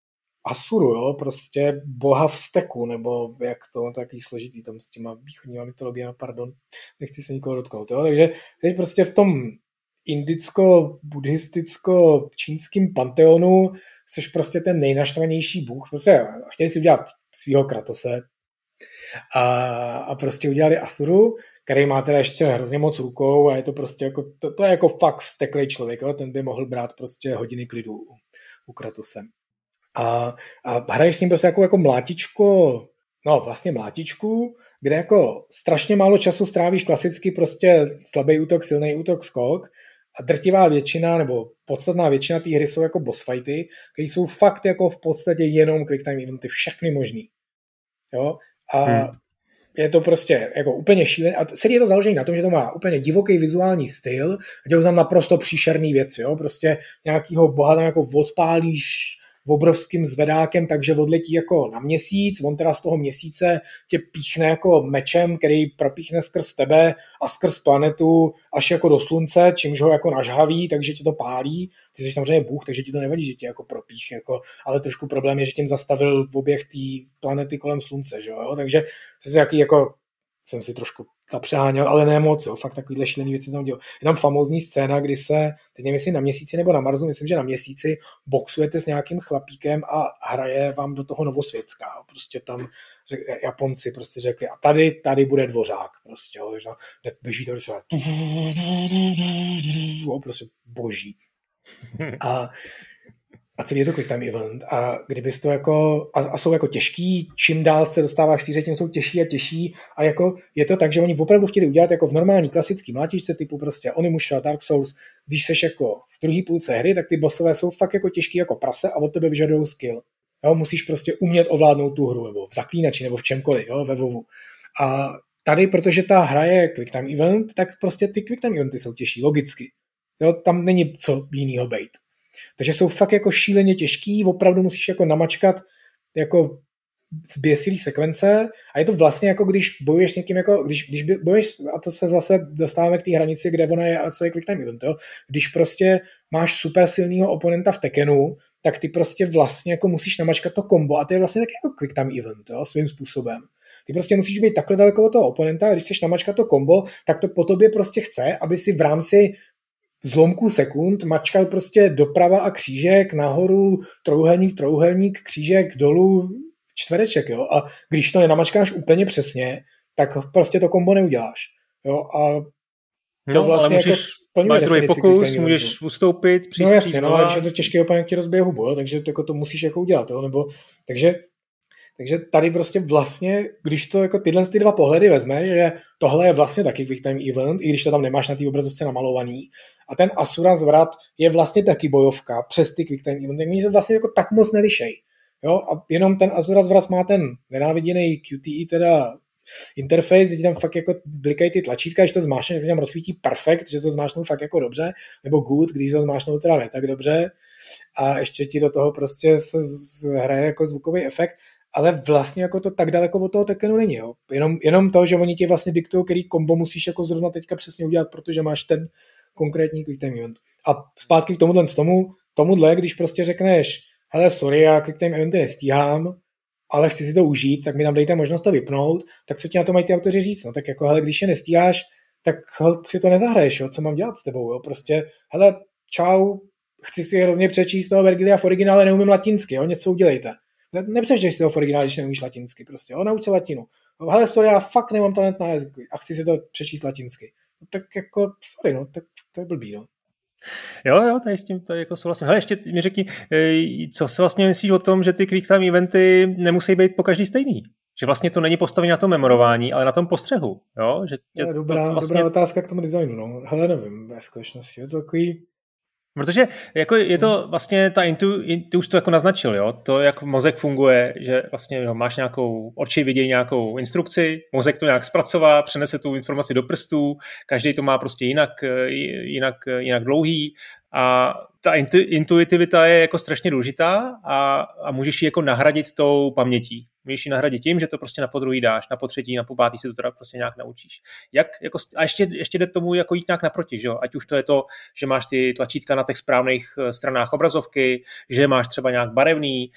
Asuru, jo, prostě boha vzteku, nebo jak to, takový složitý tam s těma východníma mytologiemi, pardon, nechci se nikoho dotknout, jo, takže teď prostě v tom indicko-buddhisticko-čínským panteonu jsi prostě ten nejnaštvanější bůh, prostě chtěli si udělat svýho Kratose a, a prostě udělali Asuru, který má teda ještě hrozně moc rukou a je to prostě jako, to, to je jako fakt vzteklej člověk, jo? Ten by mohl brát prostě hodiny klidu u, u Kratose. A, a hraješ s ním prostě jako, jako mlátičko, no vlastně mlátičku, kde jako strašně málo času strávíš klasicky prostě slabý útok, silný útok, skok a drtivá většina nebo podstatná většina té hry jsou jako boss fighty, které jsou fakt jako v podstatě jenom quick time eventy, všechny možný. Jo? A hmm. je to prostě jako úplně šílené. A celý je to založené na tom, že to má úplně divoký vizuální styl a dělou tam naprosto příšerný věci. Jo? Prostě nějakýho boha tam jako odpálíš obrovským zvedákem, takže odletí jako na měsíc, on teda z toho měsíce tě píchne jako mečem, který propíchne skrz tebe a skrz planetu až jako do slunce, čímž ho jako nažhaví, takže tě to pálí. Ty jsi samozřejmě bůh, takže ti to nevadí, že tě jako propích, jako, ale trošku problém je, že tím zastavil oběh té planety kolem slunce, že jo? Takže jsi jaký jako jsem si trošku zapřeháněl, ale ne moc, jo, fakt takovýhle šílený věci jsem dělal. Je tam famózní scéna, kdy se, teď nevím, jestli na Měsíci nebo na Marsu, myslím, že na Měsíci boxujete s nějakým chlapíkem a hraje vám do toho Novosvětská. Prostě tam řek, Japonci prostě řekli, a tady, tady bude dvořák. Prostě, jo, že běží to prostě, jo, prostě boží. A A celý je to quick time event a kdybys to jako, a, a jsou jako těžký, čím dál se dostáváš štíře, tím jsou těžší a těžší a jako je to tak, že oni opravdu chtěli udělat jako v normální klasický mlátičce typu prostě Onimusha, Dark Souls, když seš jako v druhé půlce hry, tak ty bossové jsou fakt jako těžký jako prase a od tebe vyžadují skill. Jo, musíš prostě umět ovládnout tu hru, nebo v Zaklínači, nebo v čemkoliv, jo, ve WoWu. A tady, protože ta hra je quick time event, tak prostě ty quick time eventy jsou těžší, logicky. Jo, tam není co jinýho bejt. Takže jsou fakt jako šíleně těžký, opravdu musíš jako namačkat jako zběsilý sekvence a je to vlastně jako když bojuješ s někým, jako když, když bojuješ, a to se zase dostáváme k té hranici, kde ona je a co je quick time event, jo? Když prostě máš super silného oponenta v Tekkenu, tak ty prostě vlastně jako musíš namačkat to kombo a to je vlastně taky jako quick time event, jo? Svým způsobem. Ty prostě musíš být takhle daleko od toho oponenta a když chceš namačkat to kombo, tak to po tobě prostě chce, aby si v rámci zlomku sekund mačkal prostě doprava a křížek, nahoru, trouhelník, trouhelník, křížek, dolů, čtvereček, jo. A když to nenamačkáš úplně přesně, tak prostě to kombo neuděláš. Jo. A to no, vlastně ale můžeš, jako máš druhý pokus, můžeš ustoupit, přijít. No jasně, no, když je to těžké oponent ti rozbije hubu, jo, takže to, jako to musíš jako udělat, jo, nebo, takže Takže tady prostě vlastně, když to jako tyhle ty dva pohledy vezme, že tohle je vlastně taky quick time event, i když to tam nemáš na té obrazovce namalovaný, a ten Asura zvrat je vlastně taky bojovka přes ty quick time event, tak oni se vlastně jako tak moc nelišej. Jo? A jenom ten Asura zvrat má ten nenáviděný Q T E, teda interface, kde tam fakt jako blikají ty tlačítka, když to zmášneš, tak se tam rozsvítí perfekt, že to zmášnou fakt jako dobře, nebo good, když to zmášnou teda ne tak dobře, a ještě ti do toho prostě se hraje jako zvukový efekt. Ale vlastně jako to tak daleko od toho Tekkenu není. Jo. Jenom, jenom to, že oni ti vlastně diktují, který kombo musíš jako zrovna teďka přesně udělat, protože máš ten konkrétní quick time event. A zpátky k tomuhle, tomu, tomuhle, když prostě řekneš, hele, sorry, já quick time eventy nestíhám, ale chci si to užít, tak mi tam dejte možnost to vypnout, tak co ti na to mají ty autoři říct? No tak jako, hele, když je nestíháš, tak si to nezahraješ, jo? Co mám dělat s tebou? Jo? Prostě, hele, čau, chci si hrozně přečíst toho Vergilia v originále, neumím latinsky, jo? Něco udělejte. Ne, nepřečteš si to v originále, když neumíš latinsky, prostě, jo, nauč se latinu. Hele, sorry, já fakt nemám talent na jazyk a chci si to přečíst latinsky. No, tak jako, sorry, no, tak to je blbý, no. Jo, jo, tady s tím to je jako souhlasím. Hele, ještě mi řekni, co si vlastně myslíš o tom, že ty quick time eventy nemusí být po každý stejný? Že vlastně to není postavené na tom memorování, ale na tom postřehu, jo? Že tě, je dobrá, to, to vlastně... dobrá otázka k tomu designu, no. Hele, nevím, ve skutečnosti, je to takový... Protože jako je to vlastně ta intu, ty už to jako naznačil, jo? To, jak mozek funguje, že vlastně jo, máš nějakou, oči vidějí nějakou instrukci, mozek to nějak zpracová, přenese tu informaci do prstů, každý to má prostě jinak, jinak, jinak dlouhý a ta intu, intuitivita je jako strašně důležitá a, a můžeš ji jako nahradit tou pamětí. Můžeš ji nahradit tím, že to prostě na podruhý dáš, na potřetí, na popátý si to teda prostě nějak naučíš. Jak, jako, a ještě, ještě jde tomu jako jít nějak naproti, že jo? Ať už to je to, že máš ty tlačítka na těch správných stranách obrazovky, že máš třeba nějak barevný,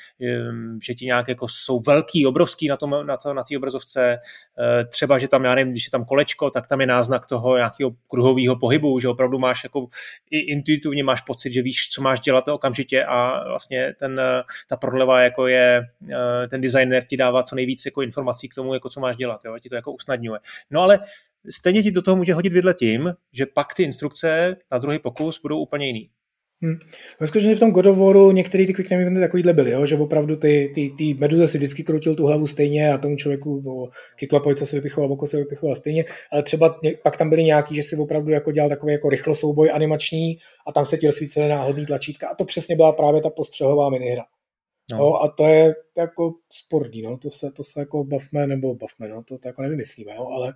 že ti nějak jako jsou velký, obrovský na tom, na to, na té obrazovce, třeba, že tam, já nevím, když je tam kolečko, tak tam je náznak toho nějakého kruhového pohybu, že opravdu máš jako i intuitivně máš pocit, že víš, co máš dělat okamžitě a vlastně ten, ta prodleva jako je, ten designer ti dává co nejvíc jako informací k tomu, jako co máš dělat, jo? Ti to jako usnadňuje. No ale stejně ti do toho může hodit vidle tím, že pak ty instrukce na druhý pokus budou úplně jiný. Hmm. Ve v tom God of Waru některé ty quick time eventy takovýhle byly, jo? Že opravdu ty, ty, ty meduze si vždycky kroutil tu hlavu stejně a tomu člověku kyklapojce se vypichoval, oko se vypichoval stejně, ale třeba pak tam byly nějaký, že si opravdu jako dělal takový jako rychlosouboj animační a tam se ti rozsvícely náhodný tlačítka a to přesně byla právě ta postřehová minihra. No. No, a to je jako sporný, no, to se, to se jako bavme, nebo bavme, no, to, to jako nevymyslíme, jo, ale,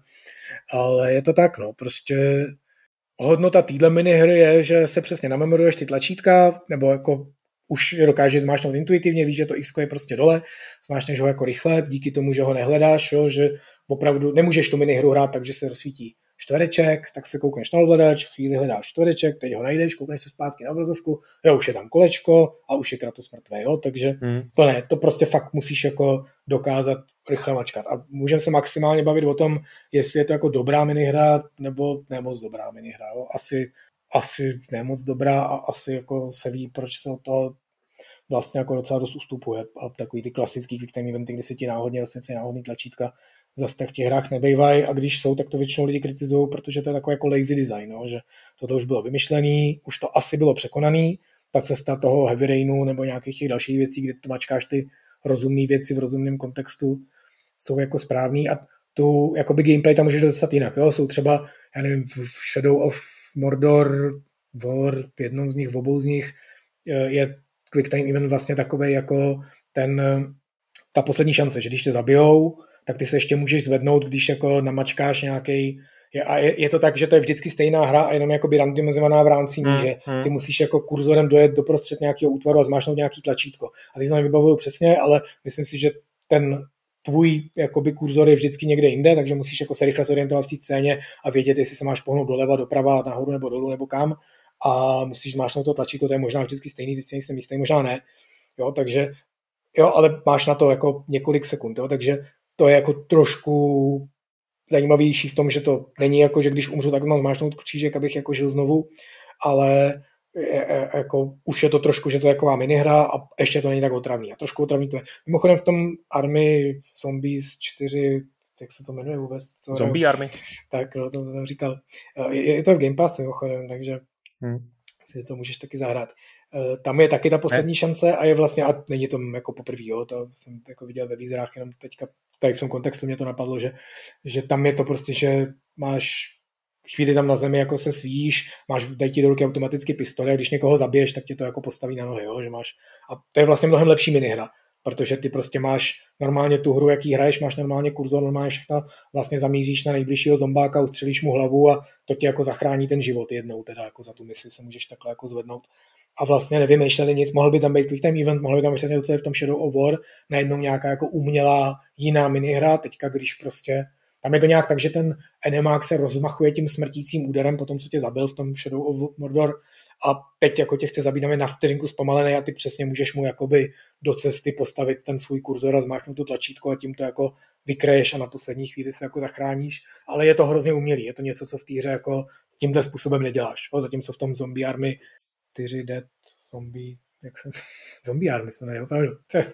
ale je to tak, no, prostě hodnota téhle minihry je, že se přesně namemoruješ ty tlačítka, nebo jako už dokážeš zmáčknout intuitivně, víš, že to X je prostě dole, zmáčkneš ho jako rychle, díky tomu, že ho nehledáš, jo, že opravdu nemůžeš tu minihru hrát tak, že se rozsvítí čtvereček, tak se koukneš na ovladač, chvíli hledáš čtvereček, teď ho najdeš, koukneš se zpátky na obrazovku, jo, už je tam kolečko a už je Kratos mrtvý, jo, takže hmm. to ne, to prostě fakt musíš jako dokázat rychle mačkat. A můžeme se maximálně bavit o tom, jestli je to jako dobrá minihra, nebo nemoc dobrá minihra, jo, asi, asi nemoc dobrá a asi jako se ví, proč se od toho vlastně jako docela dost ustupuje. A takový ty klasický quick time eventy, kdy se ti náhodně rozsvící náhodný tlačítka, zase tak v těch hrách nebejvají a když jsou, tak to většinou lidi kritizují, protože to je takový jako lazy design, no, že toto už bylo vymyšlený, už to asi bylo překonaný, ta cesta toho Heavy Rainu nebo nějakých těch dalších věcí, kde to mačkáš ty rozumné věci v rozumném kontextu, jsou jako správný a tu jakoby gameplay tam můžeš dostat jinak. Jo? Jsou třeba, já nevím, v Shadow of Mordor, War, v jednom z nich, v obou z nich je quick time event vlastně takovej jako ten, ta poslední šance, že když tě zabijou, tak ty se ještě můžeš zvednout, když jako namačkáš nějaký. A je, je to tak, že to je vždycky stejná hra a jenom jakoby randomizovaná v rámci ní, hmm, že ty musíš jako kurzorem dojet doprostřed nějakého útvaru a zmáčknout nějaký tlačítko. A ty se nevybavuju přesně, ale myslím si, že ten tvůj jakoby kurzor je vždycky někde jinde, takže musíš jako se rychle zorientovat v té scéně a vědět, jestli se máš pohnout doleva, doprava, nahoru nebo dolů nebo kam. A musíš zmáčknout to tlačítko, to je možná vždycky stejný, ty jsem jistý, možná ne. Jo, takže jo, ale máš na to jako několik sekund, jo, takže to je jako trošku zajímavější v tom, že to není jako, že když umřu, tak mám zmáčknout křížek, abych jako žil znovu, ale je, je, jako, už je to trošku, že to je taková minihra a ještě to není tak otravný. A trošku otravný to je. Mimochodem v tom Army Zombies čtyři, jak se to jmenuje vůbec? Co Zombie ne? Army. Tak, no, to jsem říkal. Je, je to v Game Pass, mimochodem, takže hmm. si to můžeš taky zahrát. Tam je taky ta poslední ne? šance a je vlastně, a není to jako poprvý, jo, to jsem jako viděl ve výzrách, jenom teďka tady v tom kontextu mě to napadlo, že, že tam je to prostě, že máš chvíli tam na zemi jako se svíš, máš, dají ti do ruky automaticky pistoli a když někoho zabiješ, tak tě to jako postaví na nohy, jo, že máš, a to je vlastně mnohem lepší minihra, protože ty prostě máš normálně tu hru, jaký hraješ, máš normálně kurzor, normálně všechno, vlastně zamíříš na nejbližšího zombáka, ustřelíš mu hlavu a to ti jako zachrání ten život jednou, teda jako za tu misi se můžeš takhle jako zvednout. A vlastně nevymýšleli nic, mohl by tam být quick time event, mohl by tam přesně to, co je v tom Shadow of War, najednou nějaká jako umělá jiná minihra, teďka když prostě, tam je to nějak tak, že ten enemák se rozmachuje tím smrtícím úderem po tom, co tě zabil v tom Shadow of Mordor a teď jako tě chce zabít, tam je na vteřinku zpomalený a ty přesně můžeš mu jakoby do cesty postavit ten svůj kurzor a zmáčknout to tlačítko a tím to jako vykreješ a na poslední chvíli se jako zachráníš, ale je to hrozně umělý, je to něco, co v té hře jako tímhle způsobem neděláš, jo? Zatímco v tom Zombie Army čtyři Dead Zombie, jak se, Zombie Army se jmenuje, opravdu.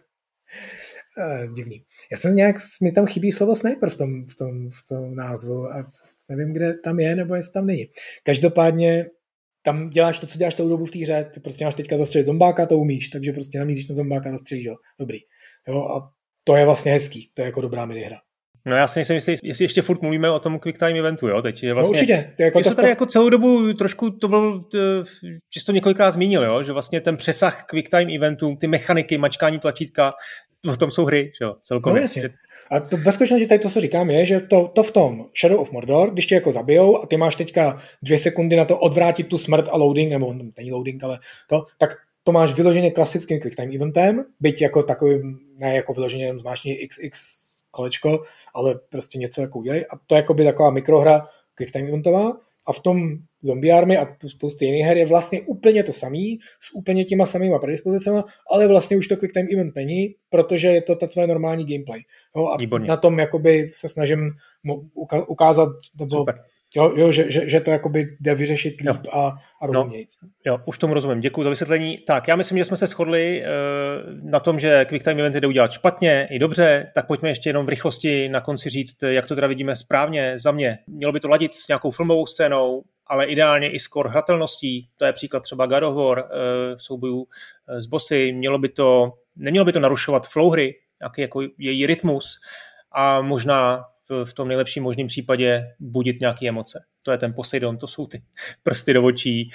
Divný. Já jsem nějak, mi tam chybí slovo sniper v tom, v tom, v tom názvu a nevím, kde tam je, nebo jestli tam není. Každopádně tam děláš to, co děláš celou dobu v té hře, ty prostě máš teďka zastřelit zombáka, to umíš, takže prostě namíříš na zombáka, zastřelíš ho. Dobrý. Jo, a to je vlastně hezký, to je jako dobrá minihra. No já si nejsem jistý, jestli ještě furt mluvíme o tom quick time eventu, jo, teď je vlastně... No určitě. To je jako to, tady to... jako celou dobu trošku to byl, že jsi to několikrát zmínil, jo, že vlastně ten přesah quick time eventu, ty mechaniky, mačkání tlačítka, o tom jsou hry, jo, celkově. No jasně. A to ve skutečnosti tady to, co říkám, je, že to, to v tom Shadow of Mordor, když tě jako zabijou a ty máš teďka dvě sekundy na to odvrátit tu smrt a loading, nebo není loading, ale to, tak to máš vyloženě klasickým quick time eventem, byť jako takovým, ne jako vyloženě jenom zmáčkni iks iks kolečko, ale prostě něco jako udělej. A to je jako by taková mikrohra quick time eventová. A v tom Zombie Army a spousty jiných her je vlastně úplně to samý, s úplně těma samýma predispozicema, ale vlastně už to quick time event není, protože je to ta tvoje normální gameplay. Jo, a Výborně. Na tom jakoby se snažím ukázat, nebo jo, jo, že, že, že to jakoby jde vyřešit líp jo. a, a rozumějíc. No, jo, už tomu rozumím. Děkuji za vysvětlení. Tak, já myslím, že jsme se shodli uh, na tom, že quick time eventy jde udělat špatně i dobře, tak pojďme ještě jenom v rychlosti na konci říct, jak to teda vidíme správně za mě. Mělo by to ladit s nějakou filmovou scénou, ale ideálně i s core hratelností. To je příklad třeba God of War, uh, soubojů uh, s bossy. Mělo by to, nemělo by to narušovat flow hry, nějaký jako její rytmus a možná v tom nejlepším možném případě budit nějaké emoce. To je ten Poseidon, to jsou ty prsty do očí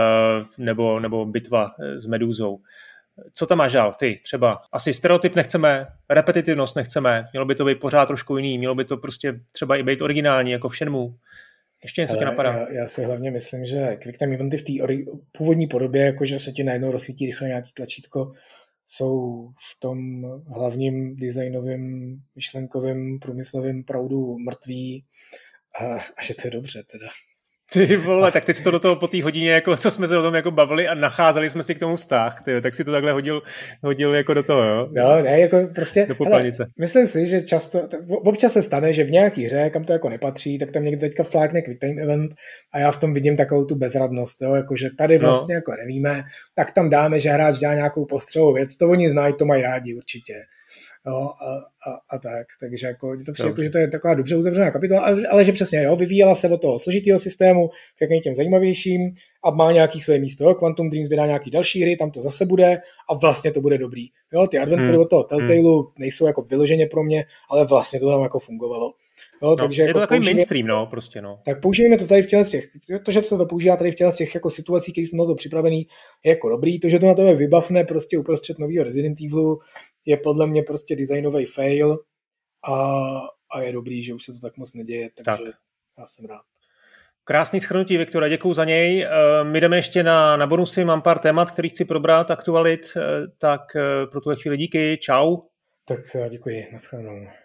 nebo, nebo bitva s medúzou. Co tam máš dál? Ty třeba asi stereotyp nechceme, repetitivnost nechceme, mělo by to být pořád trošku jiný, mělo by to prostě třeba i být originální, jako v Shenmue. Ještě něco tě napadá? Já, já si hlavně myslím, že quick time eventy v té ori- původní podobě, jakože se ti najednou rozsvítí rychle nějaký tlačítko, jsou v tom hlavním designovém, myšlenkovém, průmyslovém proudu mrtví a, a že to je dobře teda. Ty vole, tak teď jsi to do toho po té hodině, jako, co jsme se o tom jako bavili a nacházeli jsme si k tomu vztah, ty, tak si to takhle hodil, hodil jako do toho, jo? No, ne, jako prostě, do popelnice. Myslím si, že často, občas se stane, že v nějaký hře, kam to jako nepatří, tak tam někdo teďka flákne quick time event a já v tom vidím takovou tu bezradnost, jo, jakože tady vlastně no. jako nevíme, tak tam dáme, že hráč dá nějakou postřelovou věc, to oni znají, to mají rádi určitě. Jo, a, a, a tak, takže jako, to přijde, jako, že to je taková dobře uzavřená kapitola, ale, ale že přesně, jo, vyvíjela se od toho složitého systému k jakým těm zajímavějším a má nějaký své místo, jo, Quantum Dreams vydá nějaký další hry, tam to zase bude a vlastně to bude dobrý, jo, ty adventury hmm. od toho Telltaleu hmm. nejsou jako vyloženě pro mě, ale vlastně to tam jako fungovalo. Jo, no, takže je jako to takový použijeme, mainstream, no, prostě, no. Tak použijeme to tady v těch, těch, to, že se to používá tady v těch jako situací, které jsou na to připravený, je jako dobrý. To, že to na tebe vybavne prostě uprostřed nového Resident Evilu, je podle mě prostě designový fail a, a je dobrý, že už se to tak moc neděje, takže tak. Já jsem rád. Krásný shrnutí, Viktore, děkuju za něj. My jdeme ještě na, na bonusy, mám pár témat, který chci probrat, aktualit, tak pro tuhle chvíli díky, čau. Tak děkuji, nashledanou.